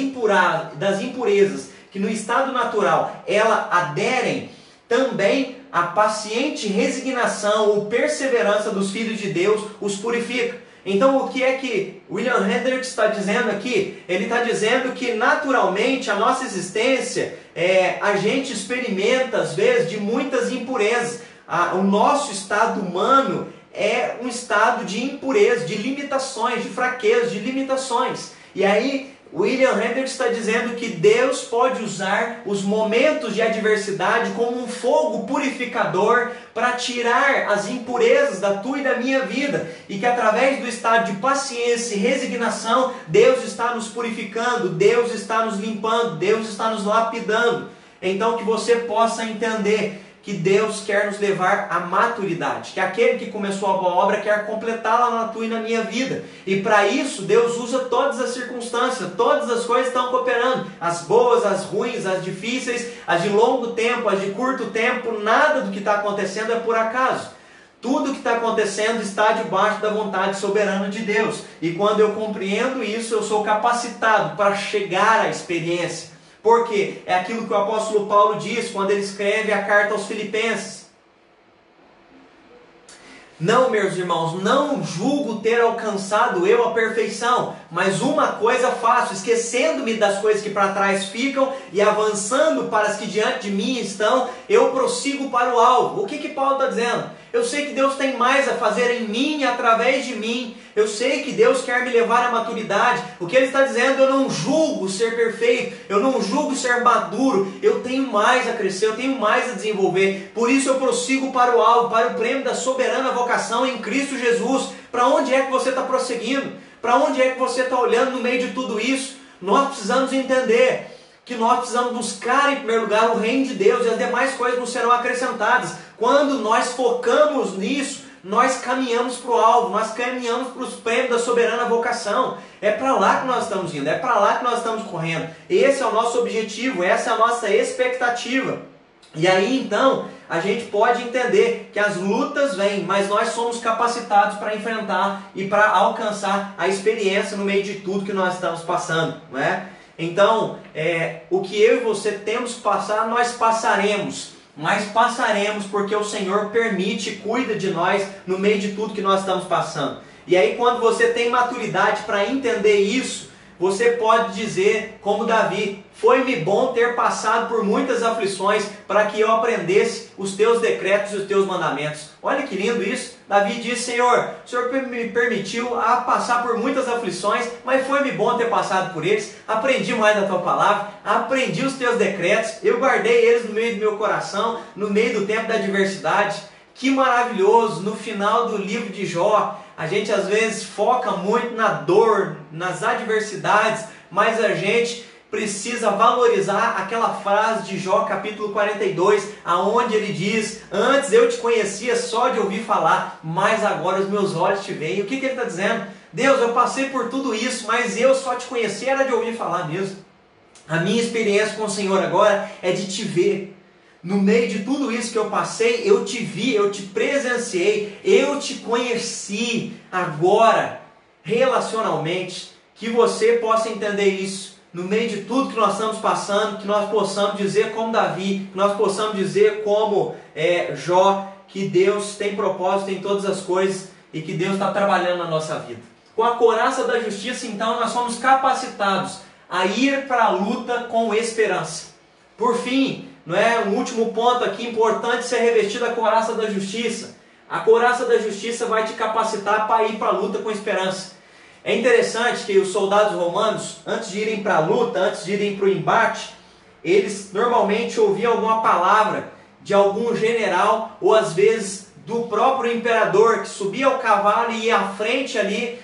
impurezas que no estado natural ela aderem, também a paciente resignação ou perseverança dos filhos de Deus os purifica. Então, o que é que William Hendricks está dizendo aqui? Ele está dizendo que naturalmente a nossa existência, a gente experimenta às vezes de muitas impurezas. O nosso estado humano é um estado de impureza, de limitações, de fraqueza, de limitações. E aí William Hendricks está dizendo que Deus pode usar os momentos de adversidade como um fogo purificador para tirar as impurezas da tua e da minha vida. E que através do estado de paciência e resignação, Deus está nos purificando, Deus está nos limpando, Deus está nos lapidando. Então que você possa entender que Deus quer nos levar à maturidade, que aquele que começou a boa obra quer completá-la na tua e na minha vida. E para isso Deus usa todas as circunstâncias, todas as coisas estão cooperando, as boas, as ruins, as difíceis, as de longo tempo, as de curto tempo. Nada do que está acontecendo é por acaso. Tudo que está acontecendo está debaixo da vontade soberana de Deus. E quando eu compreendo isso, eu sou capacitado para chegar à experiência. Porque é aquilo que o apóstolo Paulo diz quando ele escreve a carta aos Filipenses. Não, meus irmãos, não julgo ter alcançado eu a perfeição, mas uma coisa faço, esquecendo-me das coisas que para trás ficam e avançando para as que diante de mim estão, eu prossigo para o alvo. O que Paulo está dizendo? Eu sei que Deus tem mais a fazer em mim e através de mim. Eu sei que Deus quer me levar à maturidade. O que ele está dizendo, eu não julgo ser perfeito, eu não julgo ser maduro, eu tenho mais a crescer, eu tenho mais a desenvolver. Por isso eu prossigo para o alvo, para o prêmio da soberana vocação em Cristo Jesus. Para onde é que você está prosseguindo? Para onde é que você está olhando no meio de tudo isso? Nós precisamos entender que nós precisamos buscar em primeiro lugar o reino de Deus e as demais coisas nos serão acrescentadas. Quando nós focamos nisso, nós caminhamos para o alvo, nós caminhamos para os prêmios da soberana vocação. É para lá que nós estamos indo, é para lá que nós estamos correndo. Esse é o nosso objetivo, essa é a nossa expectativa. E aí então a gente pode entender que as lutas vêm, mas nós somos capacitados para enfrentar e para alcançar a experiência no meio de tudo que nós estamos passando, não é? Então, o que eu e você temos que passar, nós passaremos. Mas passaremos porque o Senhor permite e cuida de nós no meio de tudo que nós estamos passando. E aí quando você tem maturidade para entender isso, você pode dizer, como Davi, foi-me bom ter passado por muitas aflições para que eu aprendesse os teus decretos e os teus mandamentos. Olha que lindo isso. Davi diz, Senhor, o Senhor me permitiu a passar por muitas aflições, mas foi-me bom ter passado por eles. Aprendi mais da tua palavra, aprendi os teus decretos, eu guardei eles no meio do meu coração, no meio do tempo da adversidade. Que maravilhoso, no final do livro de Jó, a gente às vezes foca muito na dor, nas adversidades, mas a gente precisa valorizar aquela frase de Jó capítulo 42, aonde ele diz, antes eu te conhecia só de ouvir falar, mas agora os meus olhos te veem. O que ele está dizendo? Deus, eu passei por tudo isso, mas eu só te conhecia era de ouvir falar mesmo. A minha experiência com o Senhor agora é de te ver. No meio de tudo isso que eu passei, eu te vi, eu te presenciei, eu te conheci agora, relacionalmente, que você possa entender isso. No meio de tudo que nós estamos passando, que nós possamos dizer como Davi, que nós possamos dizer como Jó, que Deus tem propósito em todas as coisas e que Deus está trabalhando na nossa vida. Com a couraça da justiça, então, nós somos capacitados a ir para a luta com esperança. Por fim, um último ponto aqui importante, ser revestido da couraça da justiça. A couraça da justiça vai te capacitar para ir para a luta com esperança. É interessante que os soldados romanos, antes de irem para a luta, antes de irem para o embate, eles normalmente ouviam alguma palavra de algum general, ou às vezes do próprio imperador, que subia ao cavalo e ia à frente ali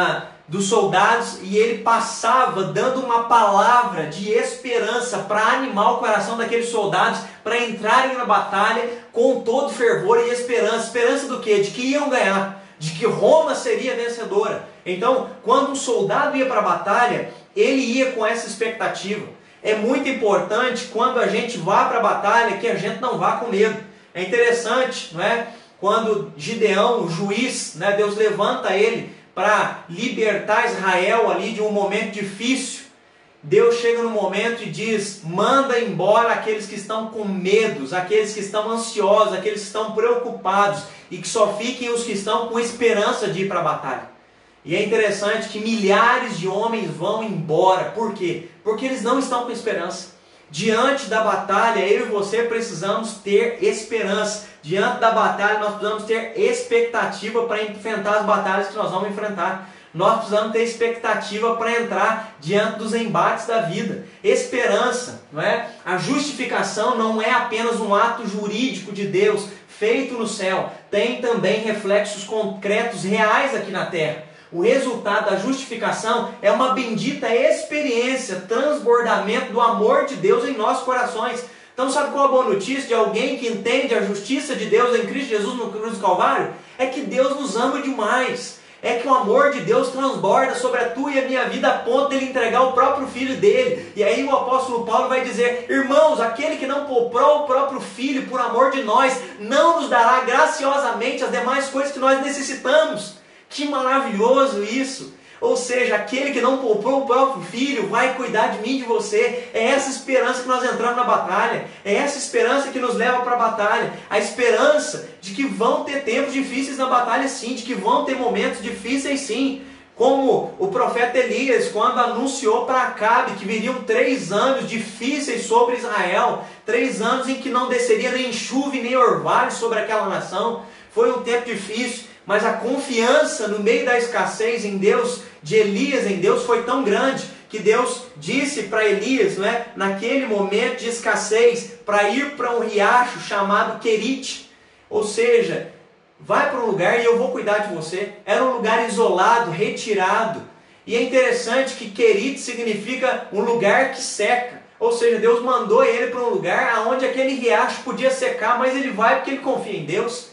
dos soldados, e ele passava dando uma palavra de esperança para animar o coração daqueles soldados, para entrarem na batalha com todo fervor e esperança. Esperança do quê? De que iam ganhar, de que Roma seria vencedora. Então, quando um soldado ia para a batalha, ele ia com essa expectativa. É muito importante, quando a gente vá para a batalha, que a gente não vá com medo. É interessante, não é? Quando Gideão, o juiz, Deus levanta ele para libertar Israel ali de um momento difícil, Deus chega no momento e diz, manda embora aqueles que estão com medos, aqueles que estão ansiosos, aqueles que estão preocupados, e que só fiquem os que estão com esperança de ir para a batalha. E é interessante que milhares de homens vão embora. Por quê? Porque eles não estão com esperança. Diante da batalha, eu e você precisamos ter esperança. Diante da batalha, nós precisamos ter expectativa para enfrentar as batalhas que nós vamos enfrentar. Nós precisamos ter expectativa para entrar diante dos embates da vida. Esperança, não é? A justificação não é apenas um ato jurídico de Deus feito no céu. Tem também reflexos concretos, reais aqui na terra. O resultado da justificação é uma bendita experiência, transbordamento do amor de Deus em nossos corações. Então sabe qual a boa notícia de alguém que entende a justiça de Deus em Cristo Jesus no cruz do Calvário? É que Deus nos ama demais. É que o amor de Deus transborda sobre a tua e a minha vida a ponto de Ele entregar o próprio Filho dele. E aí o apóstolo Paulo vai dizer, irmãos, aquele que não poupou o próprio Filho por amor de nós, não nos dará graciosamente as demais coisas que nós necessitamos. Que maravilhoso isso! Ou seja, aquele que não poupou o próprio Filho vai cuidar de mim e de você. É essa esperança que nós entramos na batalha. É essa esperança que nos leva para a batalha. A esperança de que vão ter tempos difíceis na batalha sim, de que vão ter momentos difíceis sim. Como o profeta Elias, quando anunciou para Acabe que viriam 3 anos difíceis sobre Israel. 3 anos em que não desceria nem chuva e nem orvalho sobre aquela nação. Foi um tempo difícil. Mas a confiança no meio da escassez em Deus, de Elias em Deus, foi tão grande que Deus disse para Elias, naquele momento de escassez, para ir para um riacho chamado Querite. Ou seja, vai para um lugar e eu vou cuidar de você. Era um lugar isolado, retirado. E é interessante que Querite significa um lugar que seca. Ou seja, Deus mandou ele para um lugar onde aquele riacho podia secar, mas ele vai porque ele confia em Deus.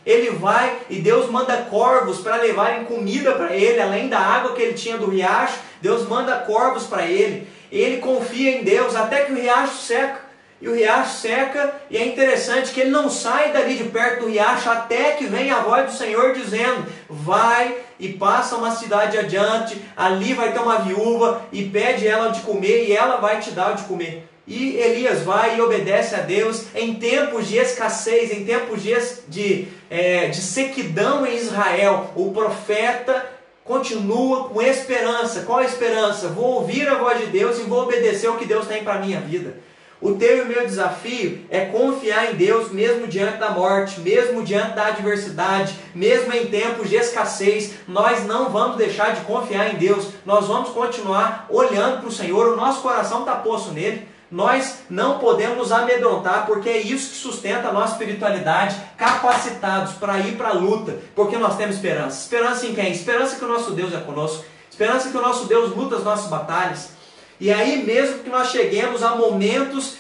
ele vai e Deus manda corvos para levarem comida para ele, além da água que ele tinha do riacho, Deus manda corvos para ele. Ele confia em Deus até que o riacho seca. E o riacho seca, e é interessante que ele não sai dali de perto do riacho até que vem a voz do Senhor dizendo: vai e passa uma cidade adiante, ali vai ter uma viúva, e pede ela de comer, e ela vai te dar o de comer. E Elias vai e obedece a Deus em tempos de escassez, em tempos de sequidão em Israel. O profeta continua com esperança. Qual a esperança? Vou ouvir a voz de Deus e vou obedecer o que Deus tem para a minha vida. O teu e o meu desafio é confiar em Deus mesmo diante da morte, mesmo diante da adversidade, mesmo em tempos de escassez. Nós não vamos deixar de confiar em Deus, nós vamos continuar olhando para o Senhor, o nosso coração está posto nele. Nós não podemos nos amedrontar, porque é isso que sustenta a nossa espiritualidade, capacitados para ir para a luta, porque nós temos esperança. Esperança em quem? Esperança que o nosso Deus é conosco, esperança que o nosso Deus luta as nossas batalhas. E aí mesmo que nós cheguemos a momentos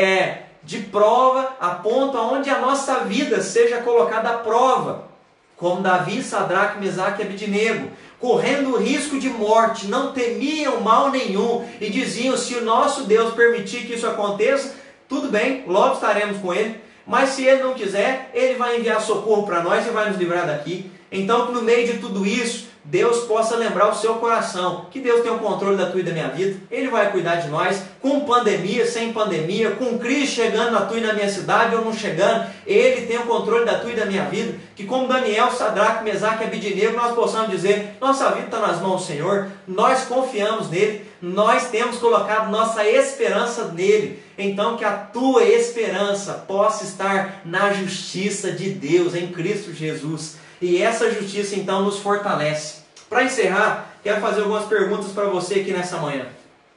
de prova, a ponto onde a nossa vida seja colocada à prova, como Davi, Sadraque, Mesaque e Abednego, correndo o risco de morte, não temiam mal nenhum e diziam: se o nosso Deus permitir que isso aconteça, tudo bem, logo estaremos com ele, mas se ele não quiser, ele vai enviar socorro para nós e vai nos livrar daqui. Então que no meio de tudo isso, Deus possa lembrar o seu coração que Deus tem o controle da tua e da minha vida. Ele vai cuidar de nós, com pandemia, sem pandemia, com crise chegando na tua e na minha cidade ou não chegando, Ele tem o controle da tua e da minha vida. Que como Daniel, Sadraque, Mesaque e Abednego, nós possamos dizer: nossa vida está nas mãos do Senhor, nós confiamos nele, nós temos colocado nossa esperança nele. Então que a tua esperança possa estar na justiça de Deus, em Cristo Jesus. E essa justiça então nos fortalece. Para encerrar, quero fazer algumas perguntas para você aqui nessa manhã.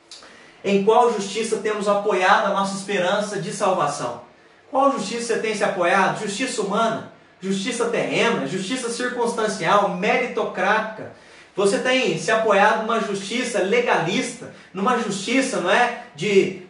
Em qual justiça temos apoiado a nossa esperança de salvação? Qual justiça você tem se apoiado? Justiça humana? Justiça terrena? Justiça circunstancial? Meritocrática? Você tem se apoiado numa justiça legalista? Numa justiça, não é, de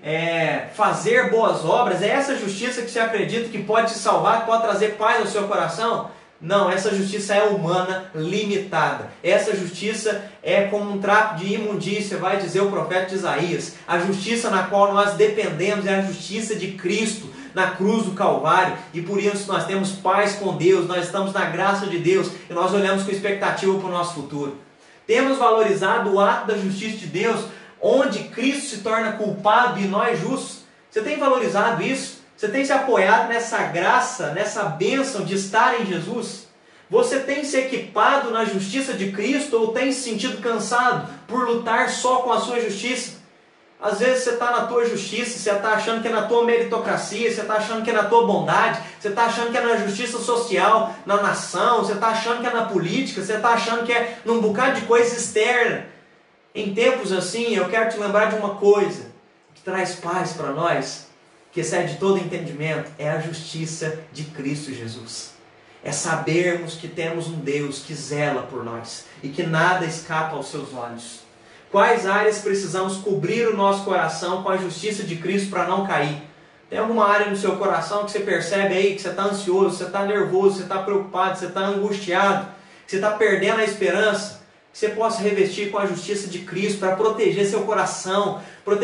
fazer boas obras? É essa justiça que você acredita que pode te salvar, que pode trazer paz ao seu coração? Não, essa justiça é humana, limitada. Essa justiça é como um trapo de imundícia, vai dizer o profeta Isaías. A justiça na qual nós dependemos é a justiça de Cristo, na cruz do Calvário. E por isso nós temos paz com Deus, nós estamos na graça de Deus e nós olhamos com expectativa para o nosso futuro. Temos valorizado o ato da justiça de Deus, onde Cristo se torna culpado e nós justos. Você tem valorizado isso? Você tem se apoiado nessa graça, nessa bênção de estar em Jesus? Você tem se equipado na justiça de Cristo ou tem se sentido cansado por lutar só com a sua justiça? Às vezes você está na tua justiça, você está achando que é na tua meritocracia, você está achando que é na tua bondade, você está achando que é na justiça social, na nação, você está achando que é na política, você está achando que é num bocado de coisa externa. Em tempos assim, eu quero te lembrar de uma coisa que traz paz para nós, que excede todo entendimento, é a justiça de Cristo Jesus. É sabermos que temos um Deus que zela por nós e que nada escapa aos seus olhos. Quais áreas precisamos cobrir o nosso coração com a justiça de Cristo para não cair? Tem alguma área no seu coração que você percebe aí que você está ansioso, você está nervoso, você está preocupado, você está angustiado, que você está perdendo a esperança? Que você possa revestir com a justiça de Cristo para proteger seu coração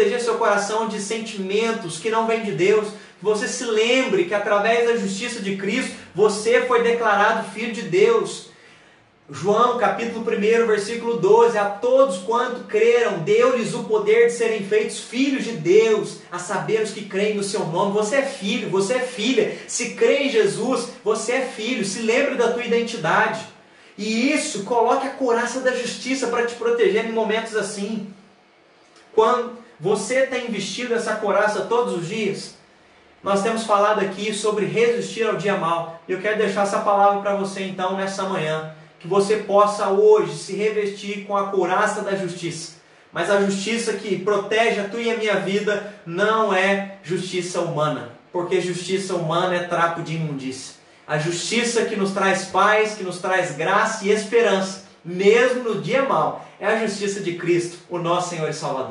de sentimentos que não vêm de Deus. Que você se lembre que através da justiça de Cristo você foi declarado filho de Deus. João capítulo 1, versículo 12: a todos quanto creram, deu-lhes o poder de serem feitos filhos de Deus, a saber os que creem no seu nome. Você é filho, você é filha. Se crê em Jesus, você é filho. Se lembre da tua identidade. E isso coloque a couraça da justiça para te proteger em momentos assim. Quando você tem vestido essa couraça todos os dias, nós temos falado aqui sobre resistir ao dia mau. E eu quero deixar essa palavra para você então nessa manhã. Que você possa hoje se revestir com a couraça da justiça. Mas a justiça que protege a tua e a minha vida não é justiça humana. Porque justiça humana é trapo de imundícia. A justiça que nos traz paz, que nos traz graça e esperança, mesmo no dia mau, é a justiça de Cristo, o nosso Senhor e Salvador.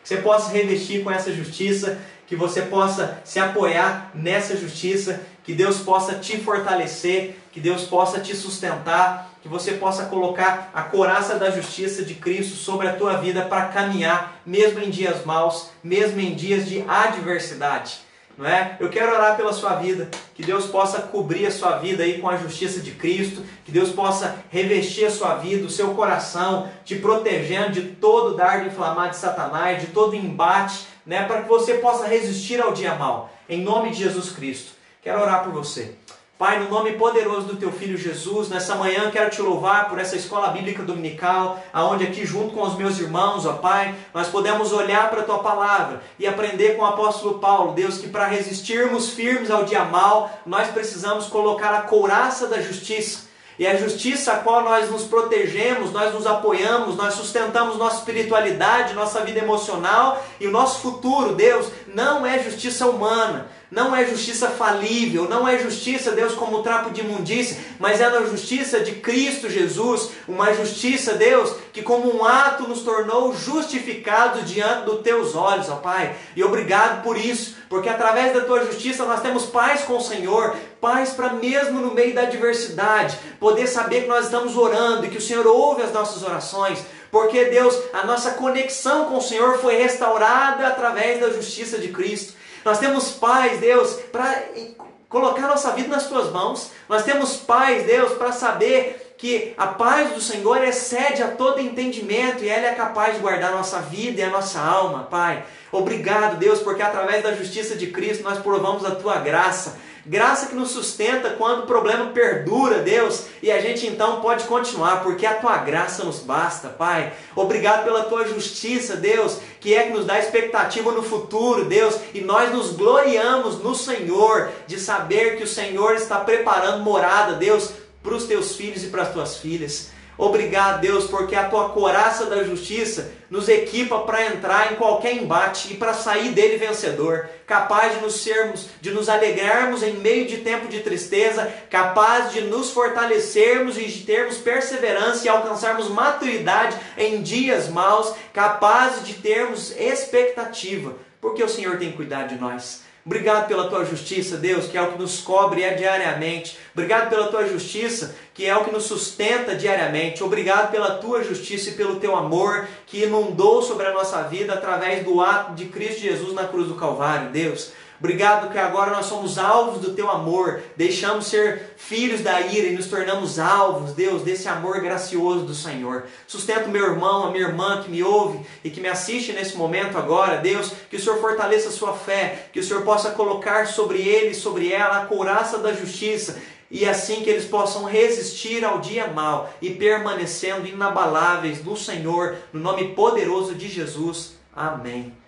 Que você possa revestir com essa justiça, que você possa se apoiar nessa justiça, que Deus possa te fortalecer, que Deus possa te sustentar, que você possa colocar a couraça da justiça de Cristo sobre a tua vida para caminhar, mesmo em dias maus, mesmo em dias de adversidade. Não é? Eu quero orar pela sua vida, que Deus possa cobrir a sua vida aí com a justiça de Cristo, que Deus possa revestir a sua vida, o seu coração, te protegendo de todo dardo inflamado de Satanás, de todo embate, né, para que você possa resistir ao dia mau, em nome de Jesus Cristo. Quero orar por você. Pai, no nome poderoso do Teu Filho Jesus, nessa manhã quero Te louvar por essa escola bíblica dominical, aonde aqui junto com os meus irmãos, ó Pai, nós podemos olhar para a Tua palavra e aprender com o apóstolo Paulo, Deus, que para resistirmos firmes ao dia mau, nós precisamos colocar a couraça da justiça. E a justiça a qual nós nos protegemos, nós nos apoiamos, nós sustentamos nossa espiritualidade, nossa vida emocional e o nosso futuro, Deus, não é justiça humana, não é justiça falível, não é justiça, Deus, como trapo de imundícia, mas é a justiça de Cristo Jesus, uma justiça, Deus, que como um ato nos tornou justificados diante dos Teus olhos, ó Pai. E obrigado por isso, porque através da Tua justiça nós temos paz com o Senhor, paz para mesmo no meio da adversidade, poder saber que nós estamos orando e que o Senhor ouve as nossas orações, porque Deus, a nossa conexão com o Senhor foi restaurada através da justiça de Cristo. Nós temos paz, Deus, para colocar nossa vida nas Tuas mãos. Nós temos paz, Deus, para saber que a paz do Senhor excede a todo entendimento e ela é capaz de guardar a nossa vida e a nossa alma, Pai. Obrigado, Deus, porque através da justiça de Cristo nós provamos a Tua graça. Graça que nos sustenta quando o problema perdura, Deus, e a gente então pode continuar, porque a Tua graça nos basta, Pai. Obrigado pela Tua justiça, Deus, que é que nos dá expectativa no futuro, Deus, e nós nos gloriamos no Senhor, de saber que o Senhor está preparando morada, Deus, para os Teus filhos e para as Tuas filhas. Obrigado, Deus, porque a Tua couraça da justiça nos equipa para entrar em qualquer embate e para sair dele vencedor, capaz de nos alegrarmos em meio de tempo de tristeza, capaz de nos fortalecermos e de termos perseverança e alcançarmos maturidade em dias maus, capaz de termos expectativa, porque o Senhor tem cuidado de nós. Obrigado pela Tua justiça, Deus, que é o que nos cobre diariamente. Obrigado pela Tua justiça, que é o que nos sustenta diariamente. Obrigado pela Tua justiça e pelo Teu amor, que inundou sobre a nossa vida através do ato de Cristo Jesus na cruz do Calvário, Deus. Obrigado que agora nós somos alvos do Teu amor, deixamos ser filhos da ira e nos tornamos alvos, Deus, desse amor gracioso do Senhor. Sustenta o meu irmão, a minha irmã que me ouve e que me assiste nesse momento agora, Deus, que o Senhor fortaleça a sua fé, que o Senhor possa colocar sobre ele e sobre ela a couraça da justiça, e assim que eles possam resistir ao dia mau e permanecendo inabaláveis no Senhor, no nome poderoso de Jesus. Amém.